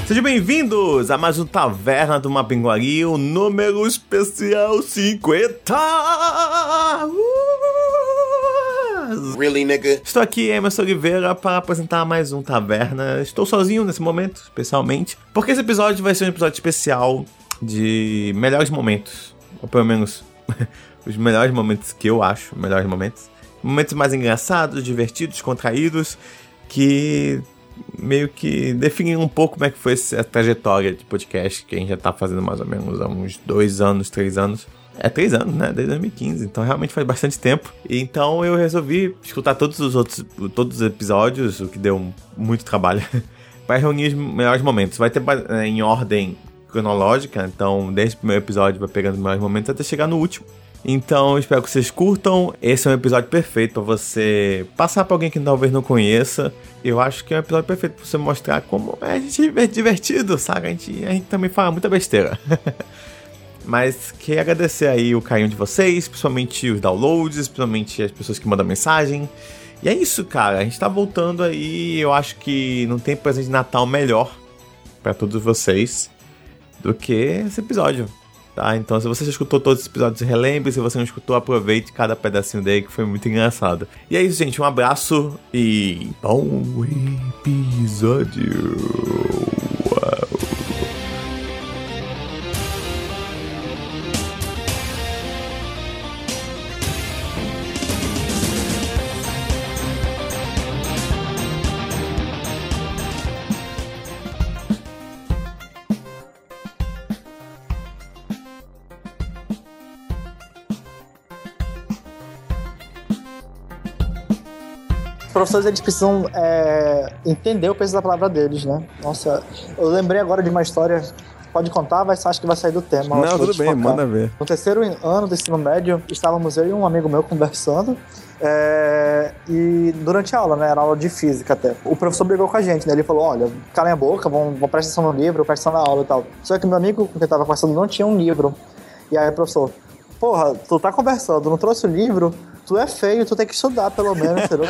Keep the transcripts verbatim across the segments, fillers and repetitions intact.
Sejam bem-vindos a mais um Taverna do Mapinguari, o número especial cinquenta! Uh! Really, nigga? Estou aqui, Emerson Oliveira, para apresentar mais um Taverna. Estou sozinho nesse momento, especialmente, porque esse episódio vai ser um episódio especial de melhores momentos, ou pelo menos os melhores momentos que eu acho, melhores momentos. Momentos mais engraçados, divertidos, contraídos, que meio que definem um pouco como é que foi essa trajetória de podcast que a gente já tá fazendo mais ou menos há uns dois anos, três anos. É três anos, né? Desde dois mil e quinze, então realmente faz bastante tempo. Então eu resolvi escutar todos os outros, todos os episódios, o que deu muito trabalho, para reunir os melhores momentos. Vai ter em ordem cronológica, então desde o primeiro episódio vai pegando os melhores momentos até chegar no último. Então, espero que vocês curtam. Esse é um episódio perfeito para você passar para alguém que talvez não conheça. Eu acho que é um episódio perfeito para você mostrar como é a gente é divertido, sabe? A gente, a gente também fala muita besteira. Mas queria agradecer aí o carinho de vocês, principalmente os downloads, principalmente as pessoas que mandam mensagem. E é isso, cara. A gente tá voltando aí. Eu acho que não tem presente de Natal melhor para todos vocês do que esse episódio. Tá, então se você já escutou todos os episódios, relembre, se você não escutou, aproveite cada pedacinho dele, que foi muito engraçado. E é isso, gente, um abraço e bom episódio. Uau. Os professores, eles precisam é, entender o peso da palavra deles, né? Nossa, eu lembrei agora de uma história. Pode contar, mas acho que vai sair do tema. Não, tudo bem, manda ver. No terceiro ano do ensino médio, estávamos eu e um amigo meu conversando. É, e durante a aula, né? Era aula de física até. O professor brigou com a gente, né? Ele falou: olha, calem a boca, vão, vão prestar atenção no livro, prestar atenção na aula e tal. Só que meu amigo com quem estava conversando não tinha um livro. E aí o professor: porra, tu tá conversando, não trouxe o livro? Tu é feio, tu tem que estudar pelo menos, entendeu?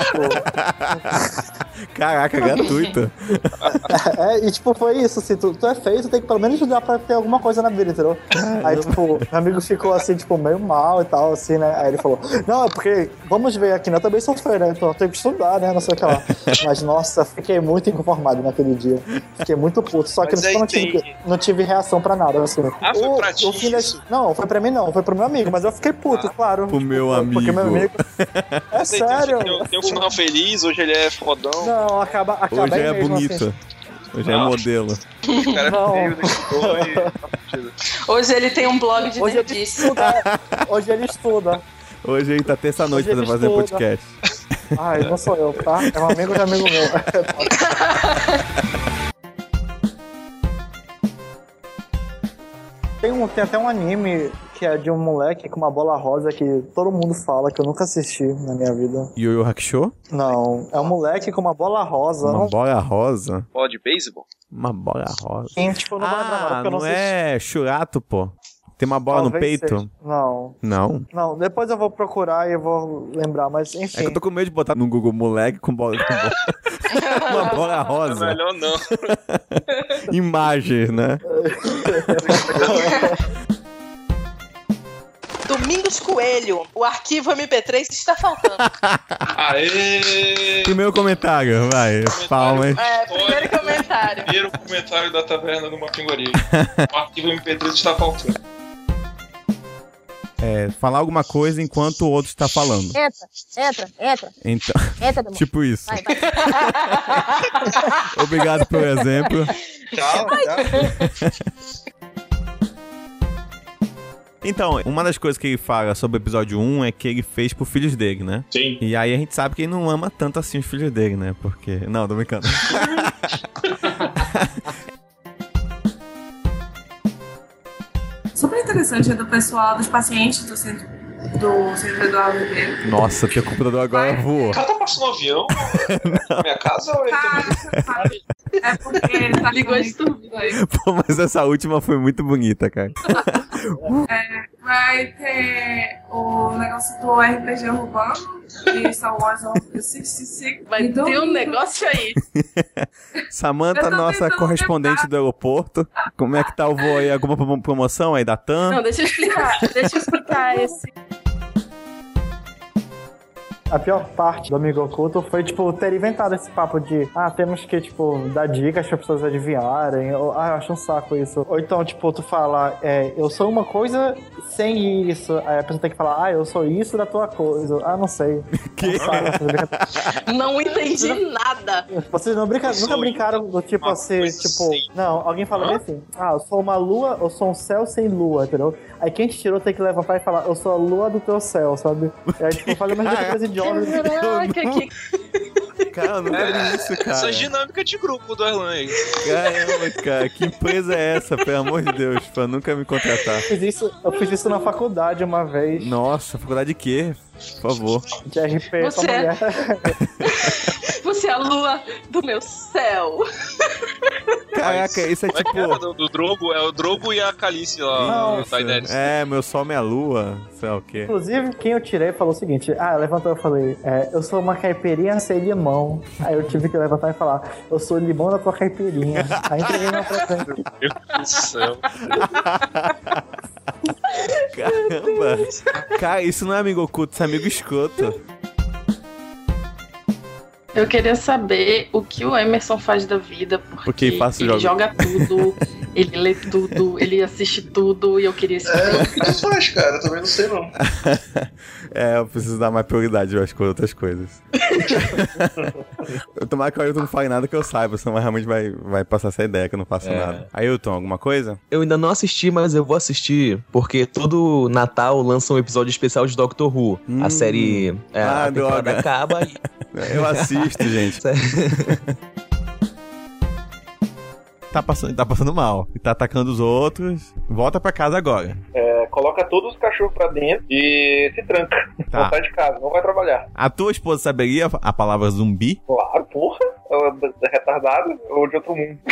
Caraca, gratuito. É, é, e tipo, foi isso, assim, tu, tu é feio, tu tem que pelo menos estudar pra ter alguma coisa na vida, entendeu? Aí, tipo, meu amigo ficou assim, tipo, meio mal e tal, assim, né? Aí ele falou: não, é porque, vamos ver aqui, né? Eu também sou feio, né? Então eu tenho que estudar, né? Não sei o que lá. Mas, nossa, fiquei muito inconformado naquele dia. Fiquei muito puto. Só que eu não tive, tem... não tive reação pra nada, assim. Ah, foi o, pra ti o das... Não, foi pra mim não, foi pro meu amigo, mas eu fiquei puto, ah, claro. Pro tipo, meu amigo. Porque meu amigo... É tem, sério. Tem, tem um final feliz, hoje ele é fodão. Não, acaba, acaba hoje é mesmo, bonito. Assim. Hoje é modelo. O cara Não. é feio, né? Hoje ele tem um blog de hoje nerdice. Ele estuda. Hoje ele estuda. Hoje ele tá terça-noite pra fazer estuda. podcast. Ai, não sou eu, tá? É um amigo de amigo meu. Tem, um, tem até um anime que é de um moleque com uma bola rosa que todo mundo fala, que eu nunca assisti na minha vida. Yu Yu Hakusho? Não, é um moleque com uma bola rosa. Uma não... bola rosa? Bola de beisebol? Uma bola rosa. Sim, tipo, não ah, vai lembrar nada, porque eu não não assisti. É Churato, pô. Tem uma bola Talvez no peito? Seja. Não. Não? Não, depois eu vou procurar e eu vou lembrar, mas enfim. É que eu tô com medo de botar no Google moleque com bola... Com bola... uma bola rosa. É melhor não. Imagens, né? Domingos Coelho, o arquivo M P três está faltando. Aê! Primeiro comentário, vai. Palmas. É, primeiro comentário. Primeiro comentário da Taverna do Mapinguari. O arquivo M P três está faltando. É, falar alguma coisa enquanto o outro está falando. Entra, entra, entra. Então, entra, demônio. Tipo isso. Vai, vai. Obrigado pelo exemplo. Tchau, tchau. Então, uma das coisas que ele fala sobre o episódio um é que ele fez pro filhos dele, né? Sim. E aí a gente sabe que ele não ama tanto assim os filhos dele, né? Porque... Não, tô brincando. Super interessante é do pessoal, dos pacientes do centro, do centro Eduardo Ribeiro. Nossa, teu computador agora Vai. voou. O cara tá passando um avião na minha casa ou ele também? Cara, é porque ele tá Ligou esse tudo aí. Pô, mas essa última foi muito bonita, cara. É, vai ter o negócio do R P G urbano de Star Wars sessenta e seis. Vai Então, ter um negócio aí. Samantha, Eu tô nossa tentando correspondente lembrar. do aeroporto. Como é que tá o voo aí? Alguma prom- promoção aí da T A M? Não, deixa eu explicar. Deixa eu explicar esse. A pior parte do Amigo Oculto foi, tipo, ter inventado esse papo de ah, temos que, tipo, dar dicas para pessoas adivinharem. Ou, ah, eu acho um saco isso. Ou então, tipo, tu fala, é, eu sou uma coisa sem isso. Aí a pessoa tem que falar, ah, eu sou isso da tua coisa. Ah, não sei. Que? Não sabe, essas brincadeiras. Não entendi nada. Vocês não brinca, Eu nunca sou brincaram do tipo uma assim, coisa tipo, sem- não, alguém fala bem assim, ah, eu sou uma lua, eu sou um céu sem lua, entendeu? Aí quem te tirou tem que levantar e falar, eu sou a lua do teu céu, sabe? E aí, tipo, fala mais de coisa idiota. Caraca, que... Cara, eu nunca vi isso, cara. Essa dinâmica de grupo do Erlan aí. Caramba, cara, que empresa é essa, pelo amor de Deus, pra nunca me contratar? Eu fiz isso, eu fiz isso na faculdade uma vez, Nossa, faculdade de quê? Por favor. de R P pra Você é- mulher. Você é a lua do meu céu. Caraca, isso é Como é que era tipo... do, do Drogo? É o Drogo e a Calice lá, Não, da Daenerys. É, meu sol, minha lua, sei lá o quê. Inclusive, quem eu tirei falou o seguinte, ah, levantou eu falei, é, eu sou uma caipirinha sem limão. Aí eu tive que levantar e falar, eu sou limão da tua caipirinha. Aí entreguei meu presente. Meu Deus do céu. Caramba. Cara, isso não é amigo oculto, isso é amigo escroto. Eu queria saber o que o Emerson faz da vida, porque, Porque faço ele jogo. joga tudo, ele lê tudo, ele assiste tudo, e eu queria saber. É, o que tu faz, cara? Eu também não sei, não. É, eu preciso dar mais prioridade, eu acho, com outras coisas. Eu tomara que o Ailton não fale nada que eu saiba, senão realmente vai, vai passar essa ideia que eu não faço É. nada. Ailton, alguma coisa? Eu ainda não assisti, mas eu vou assistir, porque todo Natal lança um episódio especial de Doctor Who. Hum. A série, é, Ah, a temporada droga. acaba e... Eu assisto, gente. Tá passando, tá passando mal. E tá atacando os outros. Volta pra casa agora. É, coloca todos os cachorros pra dentro e se tranca. Tá. Não sai de casa, não vai trabalhar. A tua esposa saberia a palavra zumbi? Claro, porra. Ela é retardada ou de outro mundo.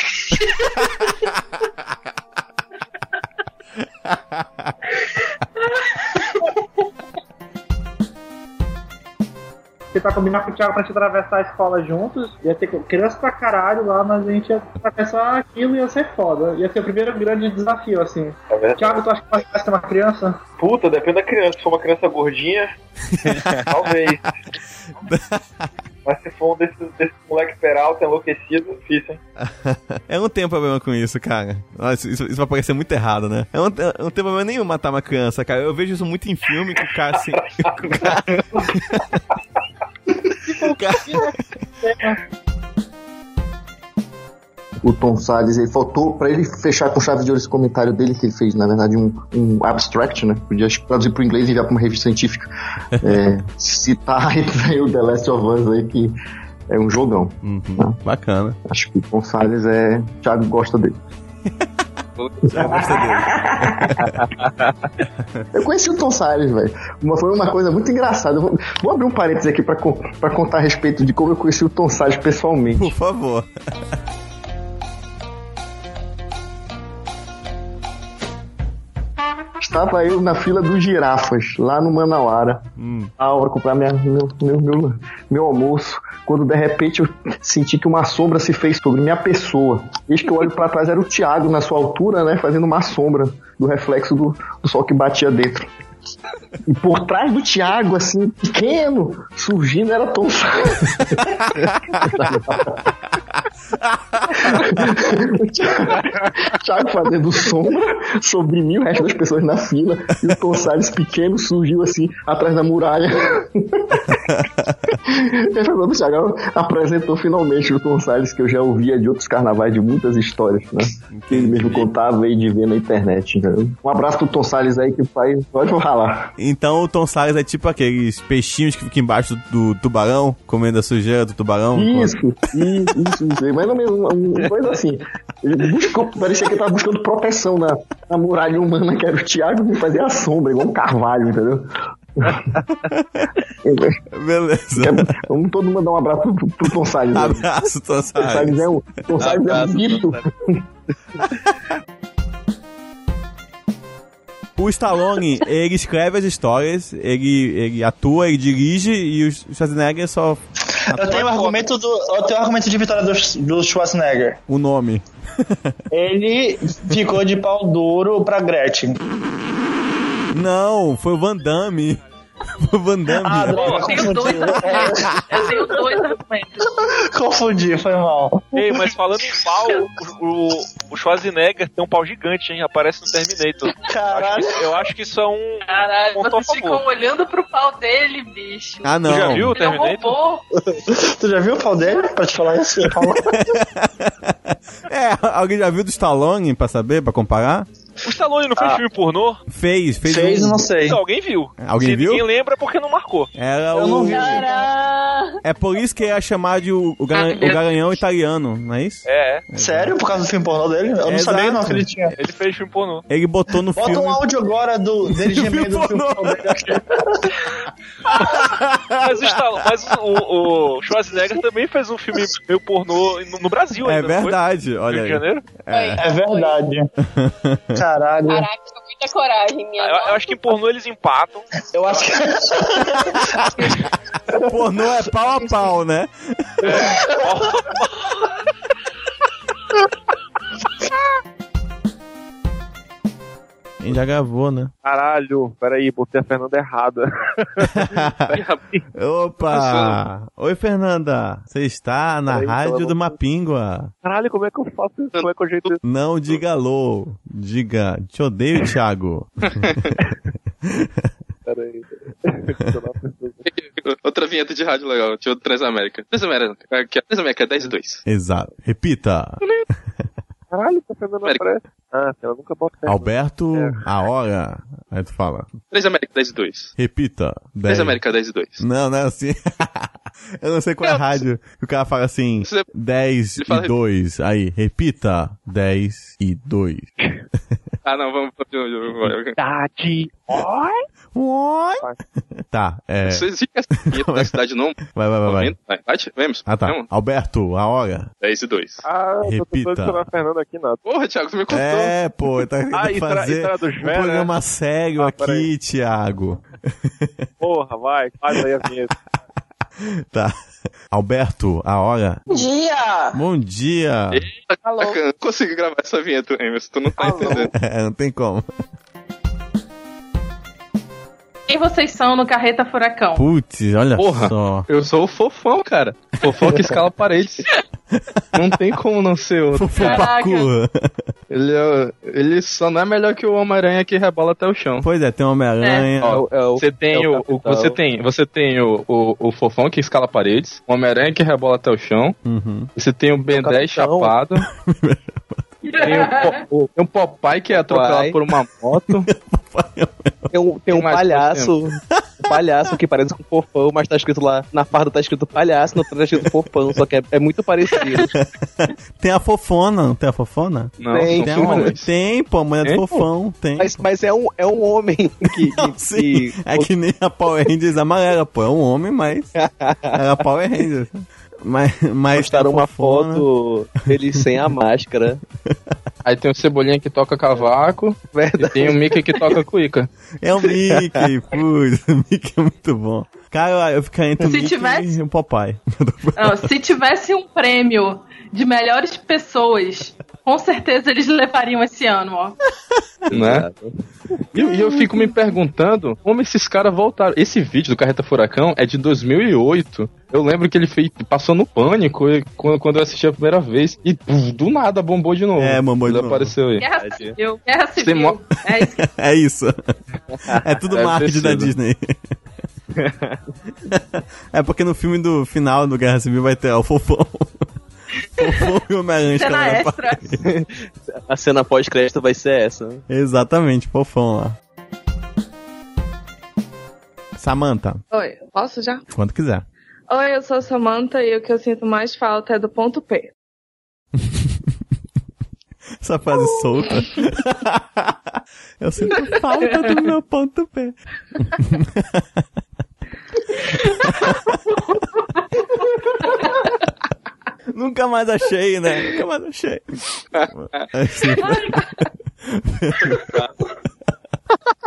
Tentar combinar com o Thiago pra gente atravessar a escola juntos. Ia ter criança pra caralho lá, mas a gente ia atravessar aquilo e ia ser foda. Ia ser o primeiro grande desafio, assim. Tá vendo? Thiago, tu acha que pode ser uma criança? Puta, depende da criança. Se for uma criança gordinha, talvez. Mas se for um desses, desses moleque peralta enlouquecido, difícil, hein? Eu não tenho problema com isso, cara. Nossa, Isso, isso vai parecer muito errado, né? Eu não, eu não tenho problema nenhum matar uma criança, cara. Eu vejo isso muito em filme, que o cara assim... o cara... o cara... O Tom Salles, ele faltou pra ele fechar com chave de ouro esse comentário dele, que ele fez, na verdade, um, um abstract, né? Podia acho que traduzir pro inglês e enviar pra uma revista científica. É, citar aí o The Last of Us aí, que é um jogão. Uhum, né? Bacana. Acho que o Tom Salles é... O Thiago gosta dele. Já gosta dele. Eu conheci o Tom Salles, velho. Uma, foi uma coisa muito engraçada. Eu vou, vou abrir um parênteses aqui pra, co- pra contar a respeito de como eu conheci o Tom Salles pessoalmente. Por favor. Estava eu na fila dos girafas, lá no Manauara, Hum. a hora comprar minha, meu, meu, meu, meu almoço, quando de repente eu senti que uma sombra se fez sobre minha pessoa. Eis que eu olho pra trás, era o Thiago na sua altura, né, fazendo uma sombra do reflexo do, do sol que batia dentro. E por trás do Thiago, assim, pequeno, surgindo, era Tom Salles. O Thiago fazendo sombra sobre mim, o resto das pessoas na fila, e o Tom Salles pequeno surgiu assim, atrás da muralha. E foi quando o Thiago apresentou finalmente o Tom Salles, que eu já ouvia de outros carnavais, de muitas histórias, né? Que ele mesmo contava aí de ver na internet. Entendeu? Um abraço pro Tom Salles aí, que faz. Pode falar. Então o Tom Salles é tipo aqueles peixinhos que ficam embaixo do, do tubarão, comendo a sujeira do tubarão. Isso, isso, isso, isso. Mais ou menos uma, uma coisa assim. Ele buscou, parecia que ele tava buscando proteção na, na muralha humana, que era o Thiago, que fazia a sombra, igual um carvalho, entendeu? Beleza. É, vamos todo mundo mandar um abraço pro, pro Tom Salles. Abraço, Tom Tom Salles. Salles é um, Tom Salles é um Abraço, mito. Tom O o Stallone, ele escreve as histórias, ele, ele atua, ele dirige e o Schwarzenegger só... Eu tenho o argumento do, eu tenho o argumento de vitória do, do Schwarzenegger. O nome. Ele ficou de pau duro pra Gretchen. Não, foi o Van Damme. Foi o Van Damme. Ah, droga, Eu tenho dois argumentos. Eu tenho dois argumentos. Confundi, foi mal. Ei, mas falando em pau, o, o, o Schwarzenegger tem um pau gigante, hein? Aparece no Terminator. Caralho. Eu acho que, eu acho que isso é um Caralho, ponto a vocês favor. ficam olhando pro pau dele, bicho. Ah, não. Tu já viu o Ele é um Terminator? robô. Tu já viu o pau dele? Pra te falar isso, Paulo. É, alguém já viu do Stallone, pra saber, pra comparar? O Stallone não fez Ah. filme pornô? Fez, fez. Fez, um... não sei. Então, alguém viu. Alguém Se viu? ninguém lembra, é porque não marcou. Era Eu o... não vi. Caraca. É por isso que é chamado de o, o, garan... o garanhão italiano, não é isso? É, é. Sério? Por causa do filme pornô dele? Eu não Exato. sabia não que ele tinha. Ele fez filme pornô. Ele botou no Bota filme... um áudio agora do, dele gemendo no filme pornô dele. Mas, o, Stallone, mas o, o Schwarzenegger também fez um filme meio pornô no, no Brasil É ainda, não foi? verdade, No olha Rio de aí. Janeiro? É. É verdade. Caralho. Caraca, muita coragem, minha Eu, eu acho que em pornô eles empatam. Eu acho que... Pornô é pau a pau, né? A gente já gravou, né? Caralho, peraí, botei a Fernanda errada. Opa! Oi, Fernanda. Você está na Peraí, rádio pelo do amor Mapíngua. Caralho, como é que eu faço isso? Como é que eu ajeito isso? Não diga alô. Diga, te odeio, Thiago. Peraí. Outra vinheta de rádio legal, tinha outro Transamérica. Transamérica, aqui, Transamérica dez e dois. Exato. Repita. Caralho, a Fernanda não aparece. Ah, ela nunca bota fé. Alberto, É. a hora. Aí tu fala. Transamérica dez e dois. Repita. dez. Transamérica dez e dois. Não, não é assim. Eu não sei qual é a rádio que o cara fala assim, Você- dez Ele fala- e dois. Aí, repita, dez e dois. Ah, não, vamos... Cidade. Oi? Oi? Tá, é... Você existe essa vinheta da cidade não? Vai, vai, vai, vai. Vai, vai, vamos. Ah, tá. Vamos. Alberto, a hora. dez e dois. Ah, eu tô Repita. tentando adicionar a Fernanda aqui, nada. Porra, Thiago, você me contou. É, pô, tá querendo Ah, e tra- fazer e traduz um bem, programa né? sério Ah, aqui, peraí. Thiago. Porra, vai, faz aí a vinheta. Tá. Alberto, a hora. Bom dia! Bom dia. Eita, caraca, eu não consigo gravar essa vinheta, Emerson, tu não tá entendendo. É, não tem como. Quem vocês são no Carreta Furacão? Putz, olha Porra. só. Eu sou o fofão, cara. Fofão que escala paredes. Não tem como não ser outro. Fofão Caraca. parkour. Ele, é- ele só não é melhor que o Homem-Aranha que rebola até o chão. Pois é, tem Homem-Aranha. Ó, É o- você tem é o o, o- Capitão. você tem, você tem o, o, o fofão que escala paredes, o Homem-Aranha que rebola até o chão, Uhum. você tem o Ben dez Capitão. chapado, tem o, Po- o- tem um Popeye que é atropelado por uma moto. Tem um, tem um mais palhaço, um palhaço que parece com fofão, mas tá escrito lá, na farda tá escrito palhaço, no tá escrito fofão, só que é, é muito parecido. Tem a fofona, não tem a fofona? Não, Tem, são Tem, a mulher, filmes. tem, pô, a mulher do Tem, pô. fofão, tem. Mas, mas é, um, é um homem que... que, Não, sim. que- É que nem a Power Rangers amarela, pô. É um homem, mas era Power Rangers. Mas, mas Postaram tem a uma fofona. foto dele sem a máscara. Aí tem o Cebolinha que toca cavaco, e tem o Mickey que toca cuíca. É o Mickey, putz. O Mickey é muito bom. Cara, eu ficaria entre o Se Mickey tivesse- e o Popeye. Não, se tivesse um prêmio de melhores pessoas, com certeza eles levariam esse ano, ó. Né? E, e eu fico me perguntando como esses caras voltaram. Esse vídeo do Carreta Furacão é de dois mil e oito. Eu lembro que ele fez, passou no Pânico e- quando, quando eu assisti a primeira vez. E puf, do nada bombou de novo. É, bombou de ele novo. apareceu aí. Guerra Civil, Guerra Você Civil. mo- É isso. É isso. É tudo Deve marketing ter da sido. Disney. É porque no filme do final do Guerra Civil vai ter ó, o Fofão. Fofão e o Homem-Aranha Cena escalando a extra. parede. A cena pós-crédito vai ser essa. Exatamente, Fofão lá. Samantha, Oi, posso já? quando quiser. Oi, eu sou a Samantha e o que eu sinto mais falta é do ponto P. Essa frase solta. Eu sinto falta do meu ponto P. Nunca mais achei, né? Nunca mais achei. Assim,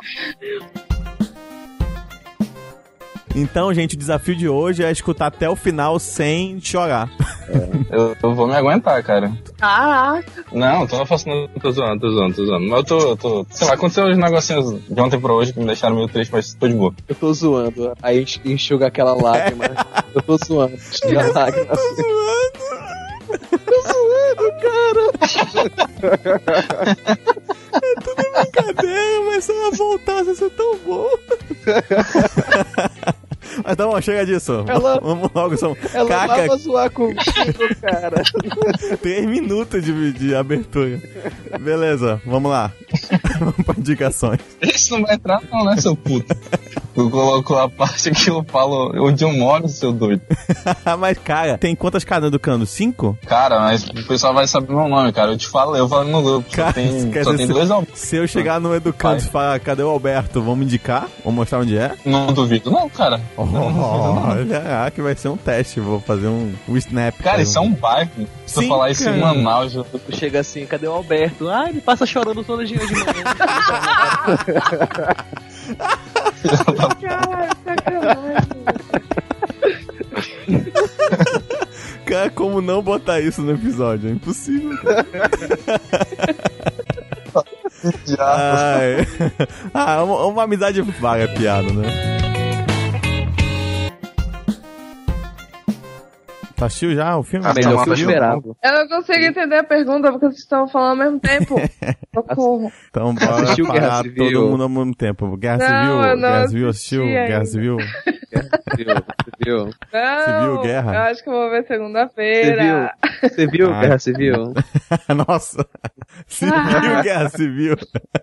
Então, gente, o desafio de hoje é escutar até o final sem chorar. É, eu, eu vou me aguentar, cara. Ah, Não, tô afastando, tô zoando, tô zoando, tô zoando. Mas eu tô, eu tô... Sei lá, aconteceu uns negocinhos de ontem pra hoje que me deixaram meio triste, mas tô de boa. Eu tô zoando. Aí enx- enxuga aquela lágrima. Eu tô zoando. Enxuga a lágrima. Tô zoando. Tô zoando, cara. É tudo brincadeira, mas se ela voltasse, ia ser tão bom. Mas tá bom, chega disso. Ela- Vamos logo, são Ela caca, vai zoar comigo, cara. três minutos de, de abertura. Beleza, vamos lá. Vamos para indicações. Isso não vai entrar não, né, seu puto? Eu coloco a parte que eu falo onde eu moro, seu doido. Mas, cara, tem quantas caras do cano? Cinco? Cara, mas o pessoal vai saber meu nome, cara. Eu te falo, eu falo no grupo. Só Cara, tem, quer só dizer, tem se- dois nomes. Se eu chegar no Educanto e falar, cadê o Alberto? Vamos indicar? Vamos mostrar onde é? Não duvido, não, cara. Olha, que vai ser um teste. Vou fazer um, um snap. Cara, isso é um bairro. Se eu Sim, falar isso cara. em Manaus, eu... Tu chega assim, cadê o Alberto? Ah, ele passa chorando todo dia de manhã. Cara, sacanagem. Cara, como não botar isso no episódio? É impossível, cara. Ai. Ah, uma, uma amizade vaga é piada, né? Tá assistiu já o filme? Ah, Melhor que eu Você viu? esperava. Eu não consigo entender a pergunta porque vocês estão falando ao mesmo tempo. Socorro. Então bora Assistiu Guerra parar Civil? todo mundo ao mesmo tempo. Guerra Não, Civil? eu não Guerra Civil assisti assistiu? ainda. Guerra Civil? Viu? Não, Civil, guerra? eu acho que eu vou ver Você segunda-feira. viu? Você viu Ah. Guerra Civil? Nossa! Civil, Guerra Civil!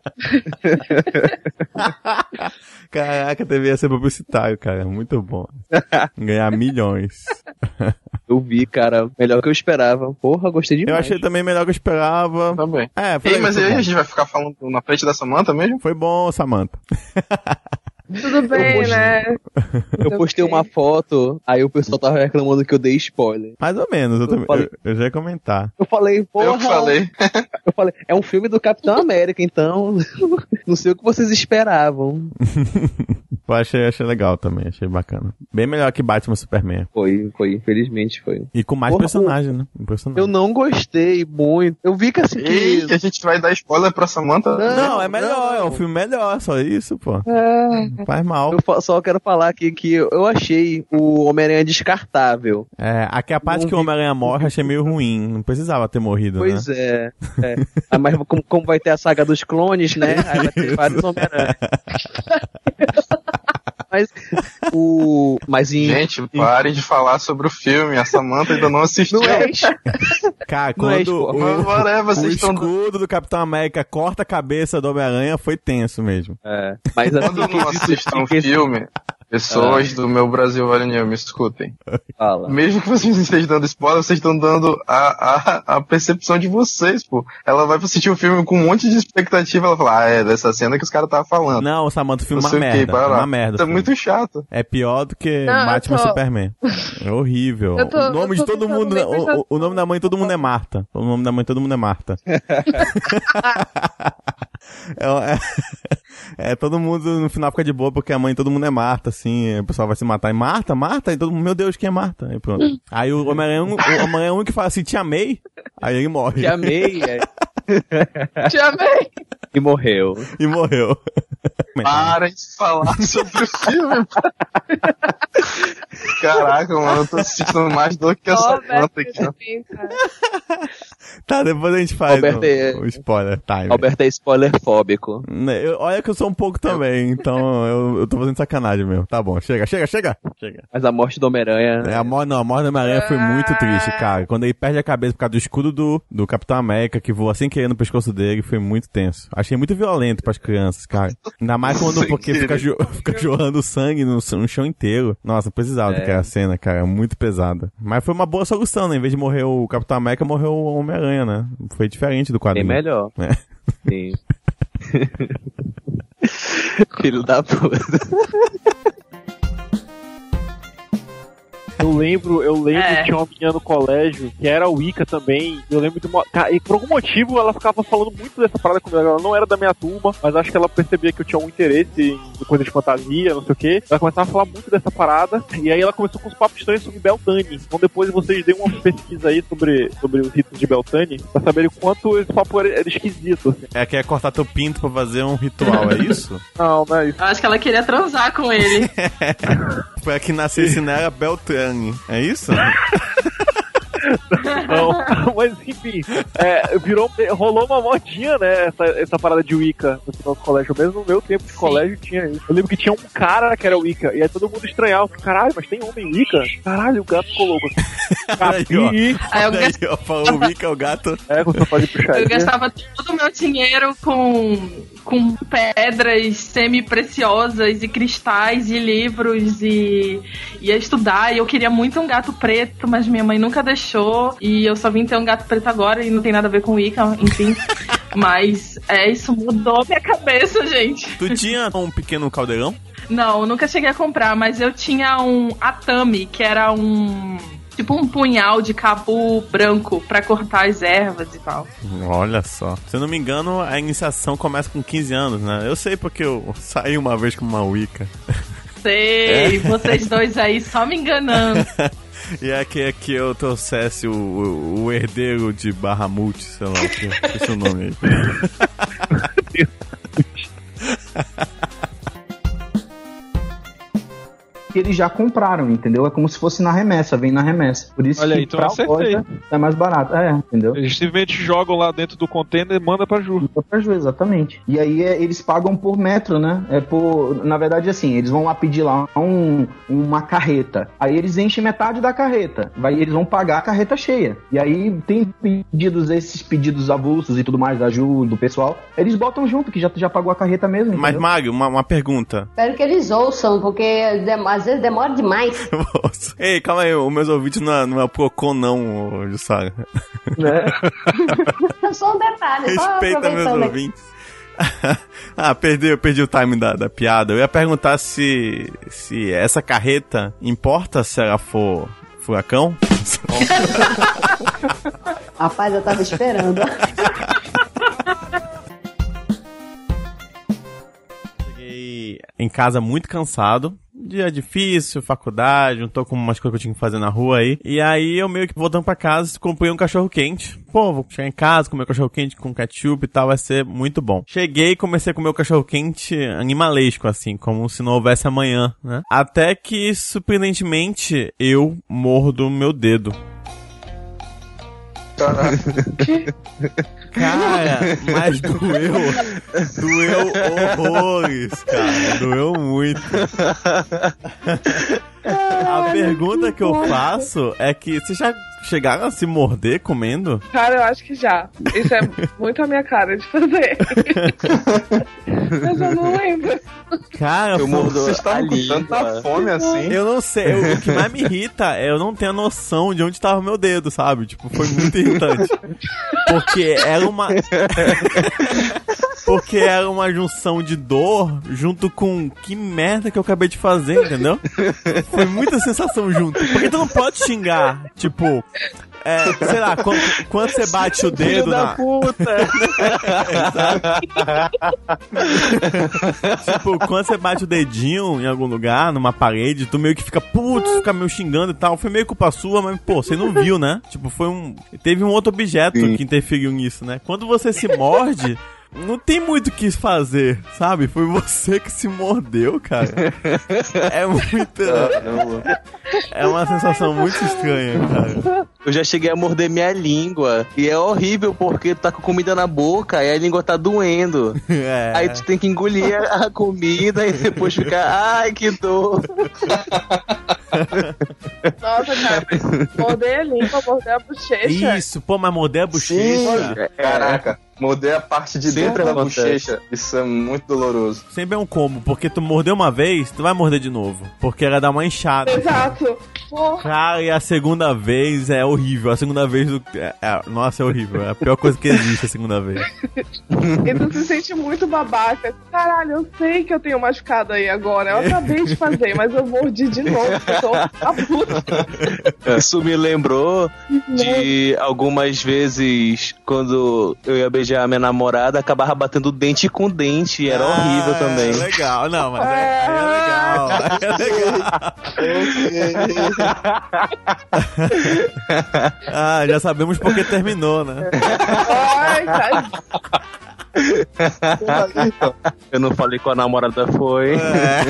Caraca, devia ser publicitário, cara. Muito bom. Ganhar milhões. Eu vi, cara. Melhor que eu esperava. Porra, gostei demais. Eu achei também melhor que eu esperava. Também. É, foi, Ei, mas foi aí bom. a gente vai ficar falando na frente da Samantha mesmo? Foi bom, Samantha. Tudo bem, postei- né? Eu postei uma foto, aí o pessoal tava reclamando que eu dei spoiler. Mais ou menos, eu, também, falei- eu, eu já ia comentar. Eu falei, porra. Eu que falei. Eu falei, é um filme do Capitão América, então não sei o que vocês esperavam. Eu achei, achei legal também, achei bacana. Bem melhor que Batman Superman. Foi, foi, infelizmente foi. E com mais Porra, personagem, né? Impressionante. Eu não gostei muito. Eu vi que assim Ei, que... a gente vai dar spoiler pra Samantha? Não, é melhor, é um filme melhor, só isso, pô. Ah, Faz mal. Eu fa- só quero falar aqui que eu achei o Homem-Aranha descartável. É, aqui a parte Não que o vi- Homem-Aranha morre, achei meio ruim. Não precisava ter morrido, Pois né? é. é. Ah, mas como, como vai ter a saga dos clones, né? Aí vai ter vários Homem-Aranha. Mas o. Mas em. Gente, parem de falar sobre o filme. A Samantha ainda não assistiu. Não é. Cara, Não é quando spoiler. o, Mas whatever, o vocês estão- escudo do Capitão América corta a cabeça do Homem-Aranha, foi tenso mesmo. É. Mas assim, Quando não quesito- assistam um em quesito- filme, pessoas do meu Brasil Varonil, me escutem. Fala. Mesmo que vocês não estejam dando spoiler, vocês estão dando a, a, a percepção de vocês, pô. Ela vai assistir o filme com um monte de expectativa, ela fala, ah, é dessa cena que os caras estavam falando. Não, Samantha, o filme é Não uma sei o quê, merda. para É lá. uma merda. Isso é o filme. muito chato. É pior do que Não, eu Batman tô- Superman. É horrível. Eu tô- o nome eu tô de todo tentando mundo. bem O, prestar o- o nome da mãe de todo mundo é Marta. O nome da mãe de todo mundo é Marta. é, é, é, todo mundo no final fica de boa porque a mãe de todo mundo é Marta, assim. O pessoal vai se matar. E Marta, Marta? E todo mundo, meu Deus, quem é Marta? Aí pronto. Aí o Homem-Aranha é um- o Homem-Aranha é um que fala assim, te amei. Aí ele morre. Te amei. É. te amei. E morreu. E morreu. Parem de falar sobre o filme. Caraca, mano, eu tô sentindo mais dor que a Ó, Samantha Beto, aqui, ó. enfim, cara. Tá, depois a gente faz Alberto o, é- o spoiler time. Alberto é spoiler fóbico. Né, eu- olha que eu sou um pouco também, então eu, eu tô fazendo sacanagem mesmo. Tá bom, chega, chega, chega. Chega. Mas a morte do Homem-Aranha. É, a morte, não, a morte do Homem-Aranha foi muito triste, cara. Quando ele perde a cabeça por causa do escudo do, do Capitão América, que voa sem querer no pescoço dele, foi muito tenso. Achei muito violento pras crianças, cara. Ainda mais quando, Sem porque fica, jo- fica jorrando sangue no, no chão inteiro. Nossa, não precisava É. daquela cena, cara, muito pesada. Mas foi uma boa solução, né? Em vez de morrer o Capitão América, morreu o Homem-Aranha, né? Foi diferente do Bem quadrinho. melhor. É. Sim. Filho da puta. Eu lembro, eu lembro É. que tinha uma menina no colégio que era Wicca também. Eu lembro de uma. Cara, e por algum motivo ela ficava falando muito dessa parada comigo. Ela não era da minha turma, mas acho que ela percebia que eu tinha um interesse em coisa de fantasia, não sei o quê. Ela começava a falar muito dessa parada. E aí ela começou com uns papos estranhos sobre Beltane. Então depois vocês deem uma pesquisa aí sobre, sobre os ritos de Beltane pra saberem o quanto esse papo era, era esquisito. Assim. É, quer cortar teu pinto pra fazer um ritual, é isso? Não, não é isso. Eu acho que ela queria transar com ele. Foi a que nasceu Nera Beltrame, é isso? Não, mas enfim, é, virou, rolou uma modinha, né, essa, essa parada de Wicca no nosso colégio, mesmo no meu tempo de Sim. colégio tinha isso. Eu lembro que tinha um cara que era Wicca, e aí todo mundo estranhava, caralho, mas tem homem Wicca? Caralho, o gato ficou louco. Aí, ó, aí eu aí, gast... ó, falou Wicca, o gato. É, você pode puxar. Eu gastava todo o meu dinheiro com, com pedras semi-preciosas e cristais e livros e ia estudar, e eu queria muito um gato preto, mas minha mãe nunca deixou. E eu só vim ter um gato preto agora e não tem nada a ver com Wicca, enfim. Mas é, isso mudou minha cabeça, gente. Tu tinha um pequeno caldeirão? Não, nunca cheguei a comprar, mas eu tinha um atame, que era um... tipo um punhal de cabo branco pra cortar as ervas e tal. Olha só. Se eu não me engano, a iniciação começa com quinze anos, né? Eu sei porque eu saí uma vez com uma Wicca. Sei, é? Vocês dois aí só me enganando. E aqui é que eu trouxesse o, o, o herdeiro de Bahamut, sei lá, que é o nome aí. Que eles já compraram, entendeu? É como se fosse na remessa, vem na remessa. Por isso Olha que aí, então pra acertei. loja é mais barato. É, entendeu? Eles simplesmente jogam lá dentro do container e manda pra Ju. Manda pra Ju, exatamente. E aí é, eles pagam por metro, né? É por... Na verdade, assim, eles vão lá pedir lá um, uma carreta. Aí eles enchem metade da carreta. Vai, eles vão pagar a carreta cheia. E aí tem pedidos, esses pedidos avulsos e tudo mais da Ju, do pessoal. Eles botam junto, que já, já pagou a carreta mesmo. Mas, Mário, uma, uma pergunta. Espero que eles ouçam, porque às vezes demora demais. Nossa. Ei, calma aí, os meus ouvintes não é, não é Procon não, Jussara. Né? É só um detalhe. Respeita meus ouvintes. Ah, perdi, eu perdi o time da, da piada. Eu ia perguntar se, se essa carreta importa se ela for furacão? Rapaz, eu tava esperando. Cheguei em casa muito cansado. Dia difícil, faculdade, não tô com umas coisas que eu tinha que fazer na rua aí. E aí eu meio que voltando pra casa, comprei um cachorro quente. Pô, vou chegar em casa, comer um cachorro quente com ketchup e tal, vai ser muito bom. Cheguei e comecei a comer o cachorro quente animalesco, assim, como se não houvesse amanhã, né? Até que, surpreendentemente, eu mordo o meu dedo. Cara, mas doeu. Doeu horrores, cara. Doeu muito. A pergunta que eu faço é que vocês já chegaram a se morder comendo? Cara, eu acho que já. Isso é muito a minha cara de fazer. Mas eu não lembro. Cara, eu mordo. Vocês estavam com tanta fome assim? Eu não sei. Eu, o que mais me irrita é eu não ter a noção de onde estava meu dedo, sabe? Tipo, foi muito irritante. Porque era uma... Porque era uma junção de dor junto com que merda que eu acabei de fazer, entendeu? Foi muita sensação junto. Porque tu não pode xingar, tipo... É, sei lá, quando, quando você bate o dedo Filho da na... puta! Tipo, quando você bate o dedinho em algum lugar, numa parede, tu meio que fica, putz, fica meio xingando e tal. Foi meio culpa sua, mas, pô, você não viu, né? Tipo, foi um... Teve um outro objeto Sim. que interferiu nisso, né? Quando você se morde... Não tem muito o que fazer, sabe? Foi você que se mordeu, cara. É muito... É uma sensação muito estranha, cara. Eu já cheguei a morder minha língua. E é horrível porque tu tá com comida na boca e a língua tá doendo. É. Aí tu tem que engolir a comida e depois ficar... Ai, que dor. Nossa, cara, morder a língua, morder a bochecha. Isso, pô, mas morder a bochecha... Sim, caraca. Morder a parte de Sempre dentro da acontece. bochecha, isso é muito doloroso. Sempre é um combo, porque tu mordeu uma vez, tu vai morder de novo. Porque ela dá uma inchada. Exato. Porra. Cara, e a segunda vez é horrível. A segunda vez do. É, é, nossa, é horrível. É a pior coisa que existe a segunda vez. E tu se sente muito babaca. Caralho, eu sei que eu tenho machucado aí agora. Eu acabei de fazer, mas eu mordi de novo. Eu tô a puta. Isso me lembrou de algumas vezes quando eu ia beijar a minha namorada, acabava batendo dente com dente. Era ah, horrível também. É legal, não, mas é, é legal. É legal. Ah, já sabemos porque terminou, né? Ai, tá. Eu não falei com a namorada, foi. É.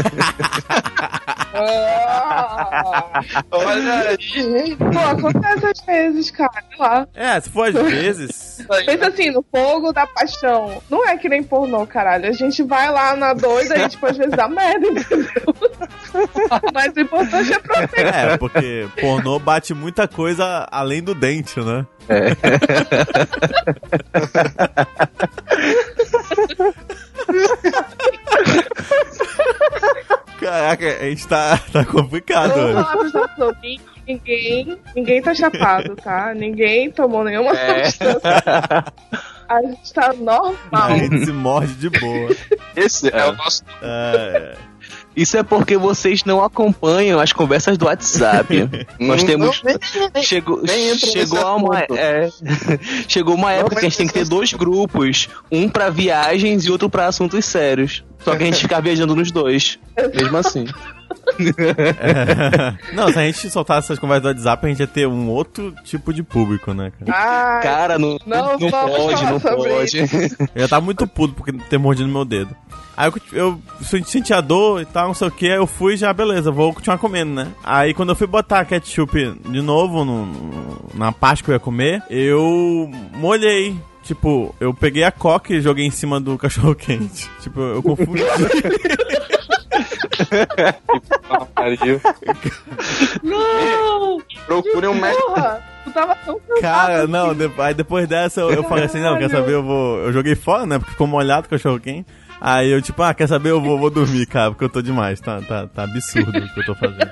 Olha aí. Pô, acontece às vezes, cara. Lá. É, se for às vezes. Pensa assim, no fogo da paixão. Não é que nem pornô, caralho. A gente vai lá na doida e, tipo, às vezes dá merda, entendeu? Mas o importante é proteger. É, porque pornô bate muita coisa além do dente, né? É. Caraca, a gente tá, tá complicado Vamos hoje. falar pros nossos ouvintes, ninguém, ninguém tá chapado, tá? Ninguém tomou nenhuma É. substância. A gente tá normal. A gente se morde de boa. Esse é, é o nosso... É... Isso é porque vocês não acompanham as conversas do WhatsApp. Nós temos. Chegou, chegou a uma, é, chegou uma época que a gente tem que ter dois grupos: um pra viagens e outro pra assuntos sérios. Só que a gente fica viajando nos dois, mesmo assim. É. Não, se a gente soltasse essas conversas do WhatsApp, a gente ia ter um outro tipo de público, né, cara? Ai, cara, não, não, não pode, não pode. Eu já tava muito puto porque ter mordido meu dedo. Aí eu, eu senti a dor e tal, não sei o que, aí eu fui já, beleza, vou continuar comendo, né? Aí quando eu fui botar ketchup de novo no, no, na parte que eu ia comer, eu molhei. Tipo, eu peguei a coca e joguei em cima do cachorro quente. Tipo, eu confundi. Não! Procure um médico. Tu tava tão cansado. Cara, não, de, aí depois dessa eu, eu falei assim, não, quer saber, eu vou. Eu joguei fora, né? Porque ficou molhado o cachorro quente. Aí eu, tipo, ah, quer saber, eu vou, vou dormir, cara, porque eu tô demais, tá, tá, tá absurdo o que eu tô fazendo.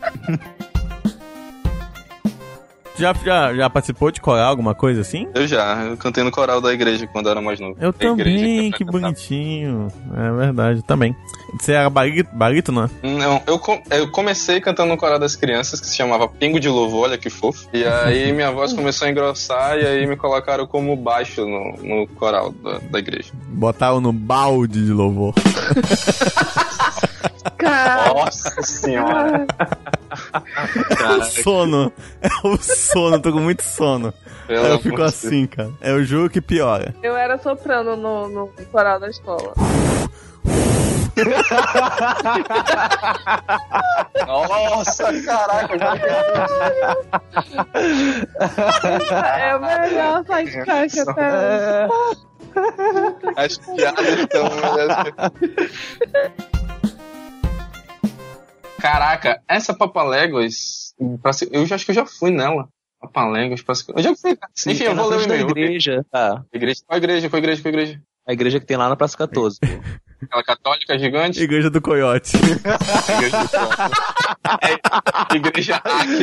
Já, já, já participou de coral, alguma coisa assim? Eu já, eu cantei no coral da igreja quando eu era mais novo. Eu também, que bonitinho. É verdade, também. Você era barítono, né? Não, eu, eu comecei cantando no coral das crianças, que se chamava Pingo de Louvor, olha que fofo. E aí minha voz começou a engrossar e aí me colocaram como baixo no, no coral da, da igreja. Botaram no balde de louvor. Nossa senhora. É o sono. É o sono, tô com muito sono. Pelo eu fico assim, cara. Eu juro que piora. Eu era soprano no, no coral da escola. Nossa, caraca, já é melhor sair de caixa até. As piadas estão. Caraca, essa Papaléguas, eu já acho que eu já fui nela. Papaléguas, eu já fui. Sim, enfim, eu vou ler o e-mail. Igreja. Ah. Igreja. Qual igreja? Qual igreja? Qual igreja? A igreja que tem lá na Praça quatorze. Aquela católica gigante? Igreja do Coiote. Igreja do Coiote. É, igreja Acme.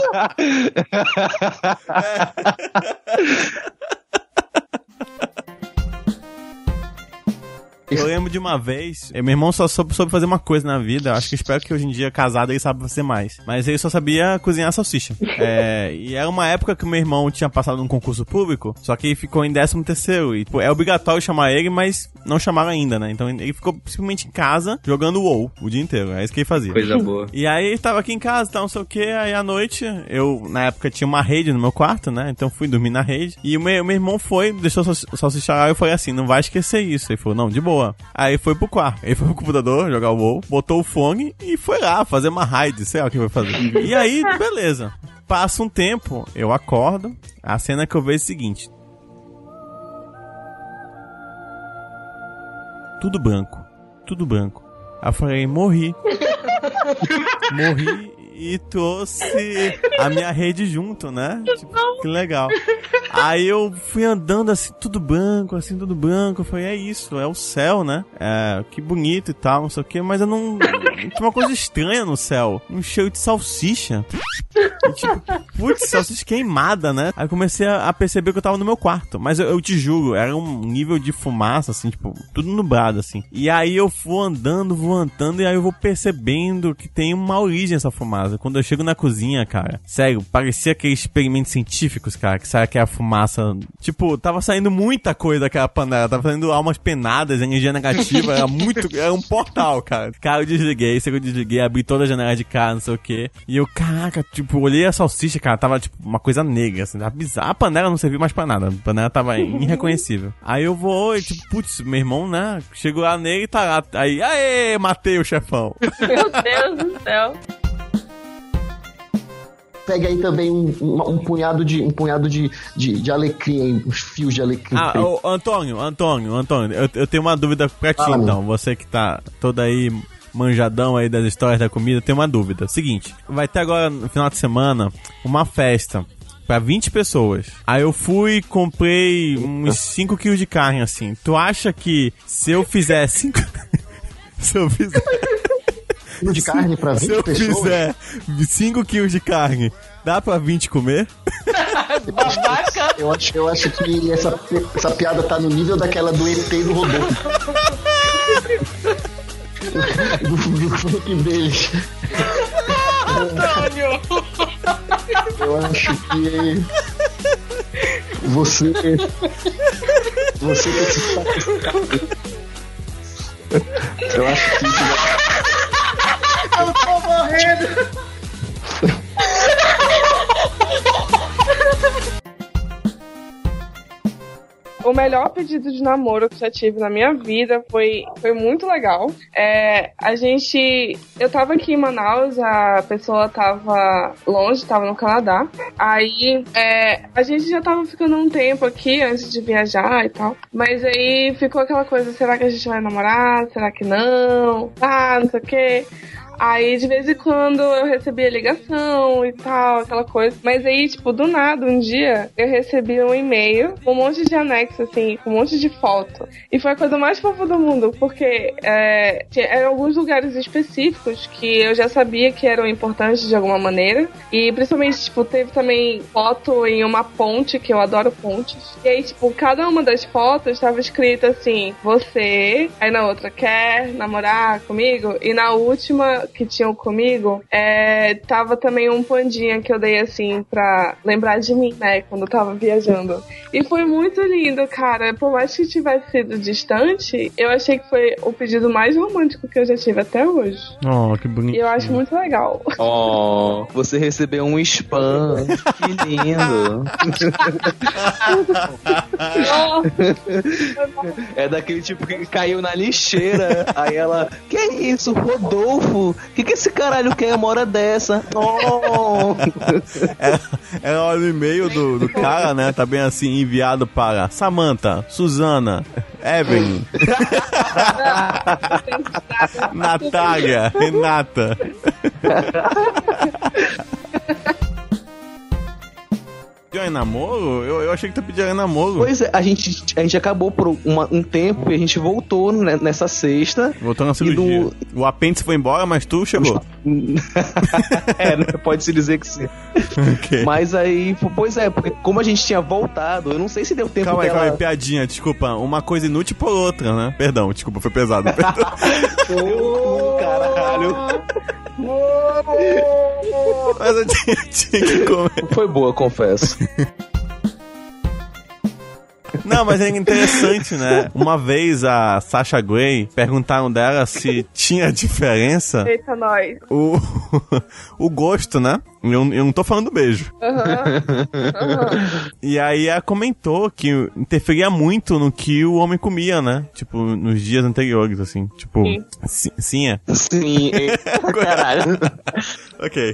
Eu lembro de uma vez, meu irmão só soube, soube fazer uma coisa na vida, acho que espero que hoje em dia, casado, ele saiba fazer mais. Mas ele só sabia cozinhar salsicha. É, e era uma época que o meu irmão tinha passado num concurso público, só que ele ficou em décimo terceiro. E pô, é obrigatório chamar ele, mas não chamaram ainda, né? Então ele ficou simplesmente em casa, jogando WoW o dia inteiro. É isso que ele fazia. Coisa boa. E aí ele tava aqui em casa, tal, não sei o que, aí à noite, eu, na época, tinha uma rede no meu quarto, né? Então fui dormir na rede. E o meu, meu irmão foi, deixou o salsicha lá, e eu falei assim, não vai esquecer isso. Ele falou, não, de boa. Aí foi pro quarto, aí foi pro computador jogar o WoW, botou o fone e foi lá fazer uma raid, sei lá o que vai fazer. E aí, beleza. Passa um tempo, eu acordo, a cena que eu vejo é a seguinte. Tudo branco, tudo branco. Aí eu falei, morri. Morri e trouxe a minha rede junto, né? Tipo, que legal. Aí eu fui andando assim, tudo branco, assim, tudo branco. Eu falei, é isso, é o céu, né? É, que bonito e tal, não sei o que, mas eu não... Tinha uma coisa estranha no céu. Um cheiro de salsicha. E, tipo, putz, salsicha queimada, né? Aí eu comecei a, a perceber que eu tava no meu quarto. Mas eu, eu te juro, era um nível de fumaça, assim, tipo, tudo nublado, assim. E aí eu vou andando, vou andando, e aí eu vou percebendo que tem uma origem essa fumaça. Quando eu chego na cozinha, cara, sério, parecia aqueles experimentos científicos, cara, que sai aquela fumaça. Tipo, tava saindo muita coisa daquela panela. Tava saindo almas penadas, energia negativa. Era muito. Era um portal, cara. Cara, eu desliguei, sei que eu desliguei, abri toda a janela de casa, não sei o que. E eu, caraca, tipo, olhei a salsicha, cara, tava tipo uma coisa negra, assim, tava bizarra. A panela não serviu mais pra nada. A panela tava irreconhecível. Aí eu vou, e, tipo, putz, meu irmão, né? Chegou lá nele e tá lá. Aí, aê, matei o chefão. Meu Deus do céu. Pega aí também um, um, um punhado de um punhado de, de, de alecrim aí, uns fios de alecrim. Ah, ô, Antônio, Antônio, Antônio, eu, eu tenho uma dúvida pra ti, ah, então. Você que tá todo aí manjadão aí das histórias da comida, tem uma dúvida. Seguinte, vai ter agora no final de semana uma festa pra vinte pessoas. Aí eu fui e comprei uns cinco quilos de carne, assim. Tu acha que se eu fizer cinco... se eu fizer... quilo de carne pra vinte se eu pessoas? fizer cinco quilos de carne, dá pra vinte comer? Babaca! Eu acho, eu acho que essa, essa piada tá no nível daquela do E T do Rodolfo. do, do funk deles. Antônio! Eu acho que você você que se eu acho que eu tô morrendo. O melhor pedido de namoro que já tive na minha vida foi, foi muito legal. É, a gente... Eu tava aqui em Manaus, a pessoa tava longe, tava no Canadá. Aí, é, a gente já tava ficando um tempo aqui antes de viajar e tal. Mas aí ficou aquela coisa, será que a gente vai namorar? Será que não? Ah, não sei o quê. Aí, de vez em quando, eu recebia ligação e tal, aquela coisa. Mas aí, tipo, do nada, um dia, eu recebi um e-mail com um monte de anexo, assim, com um monte de foto. E foi a coisa mais fofa do mundo, porque é, eram alguns lugares específicos que eu já sabia que eram importantes de alguma maneira. E, principalmente, tipo, teve também foto em uma ponte, que eu adoro pontes. E aí, tipo, cada uma das fotos estava escrita assim, você, aí na outra, quer namorar comigo? E na última... que tinham comigo, é, tava também um pandinha que eu dei assim pra lembrar de mim, né, quando eu tava viajando. E foi muito lindo, cara. Por mais que tivesse sido distante, eu achei que foi o pedido mais romântico que eu já tive até hoje. Oh, que bonito. E eu acho muito legal. Oh, você recebeu um spam. Que lindo. É daquele tipo que caiu na lixeira. Aí ela, que é isso, Rodolfo? Que que esse caralho quer uma hora dessa? Oh. Ela, ela olha o e-mail do, do cara, né? Tá bem assim, enviado para Samantha, Suzana, Evelyn, Natália, Renata. Pediu em namoro? Eu, eu achei que tu pediu em namoro. Pois é, a gente, a gente acabou por uma, um tempo e a gente voltou né, nessa sexta. Voltou na cirurgia. Do... O apêndice foi embora, mas tu chegou. É, pode-se dizer que sim. Okay. Mas aí, pois é, porque como a gente tinha voltado, eu não sei se deu tempo calma aí, dela... calma aí, piadinha, desculpa. Uma coisa inútil por outra, né? Perdão, desculpa, foi pesado. Perdão. Oh, caralho. Mas eu tinha, tinha que comer. Foi boa, confesso. Não, mas é interessante, né? Uma vez a Sasha Grey perguntaram dela se tinha diferença. Eita, nós. O, o gosto, né? Eu, eu não tô falando beijo. Uhum. Uhum. E aí ela comentou que interferia muito no que o homem comia, né? Tipo, nos dias anteriores, assim. Tipo, sim, sim, sim é? Sim, caralho. Ok.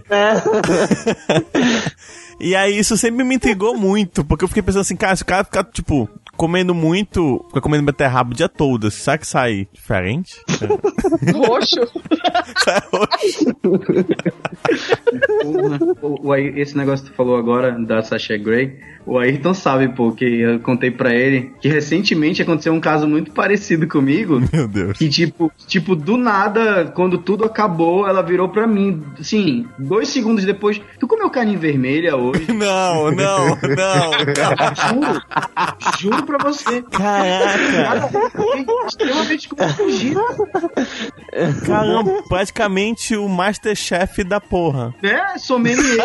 E aí isso sempre me intrigou muito, porque eu fiquei pensando assim, cara, se o cara ficar, tipo, comendo muito, fica comendo beterraba o dia todo, será que sai diferente? Roxo. Sai roxo. O, o, esse negócio que tu falou agora da Sasha Grey, o Ayrton sabe, pô, que eu contei pra ele que recentemente aconteceu um caso muito parecido comigo. Meu Deus. Que tipo, tipo, do nada, quando tudo acabou, ela virou pra mim, assim, dois segundos depois, tu comeu carne vermelha hoje? Não, não, não. Juro, juro pra você. Caraca. Cara, extremamente confundido. Caramba, praticamente o Masterchef da porra. É, sommelier.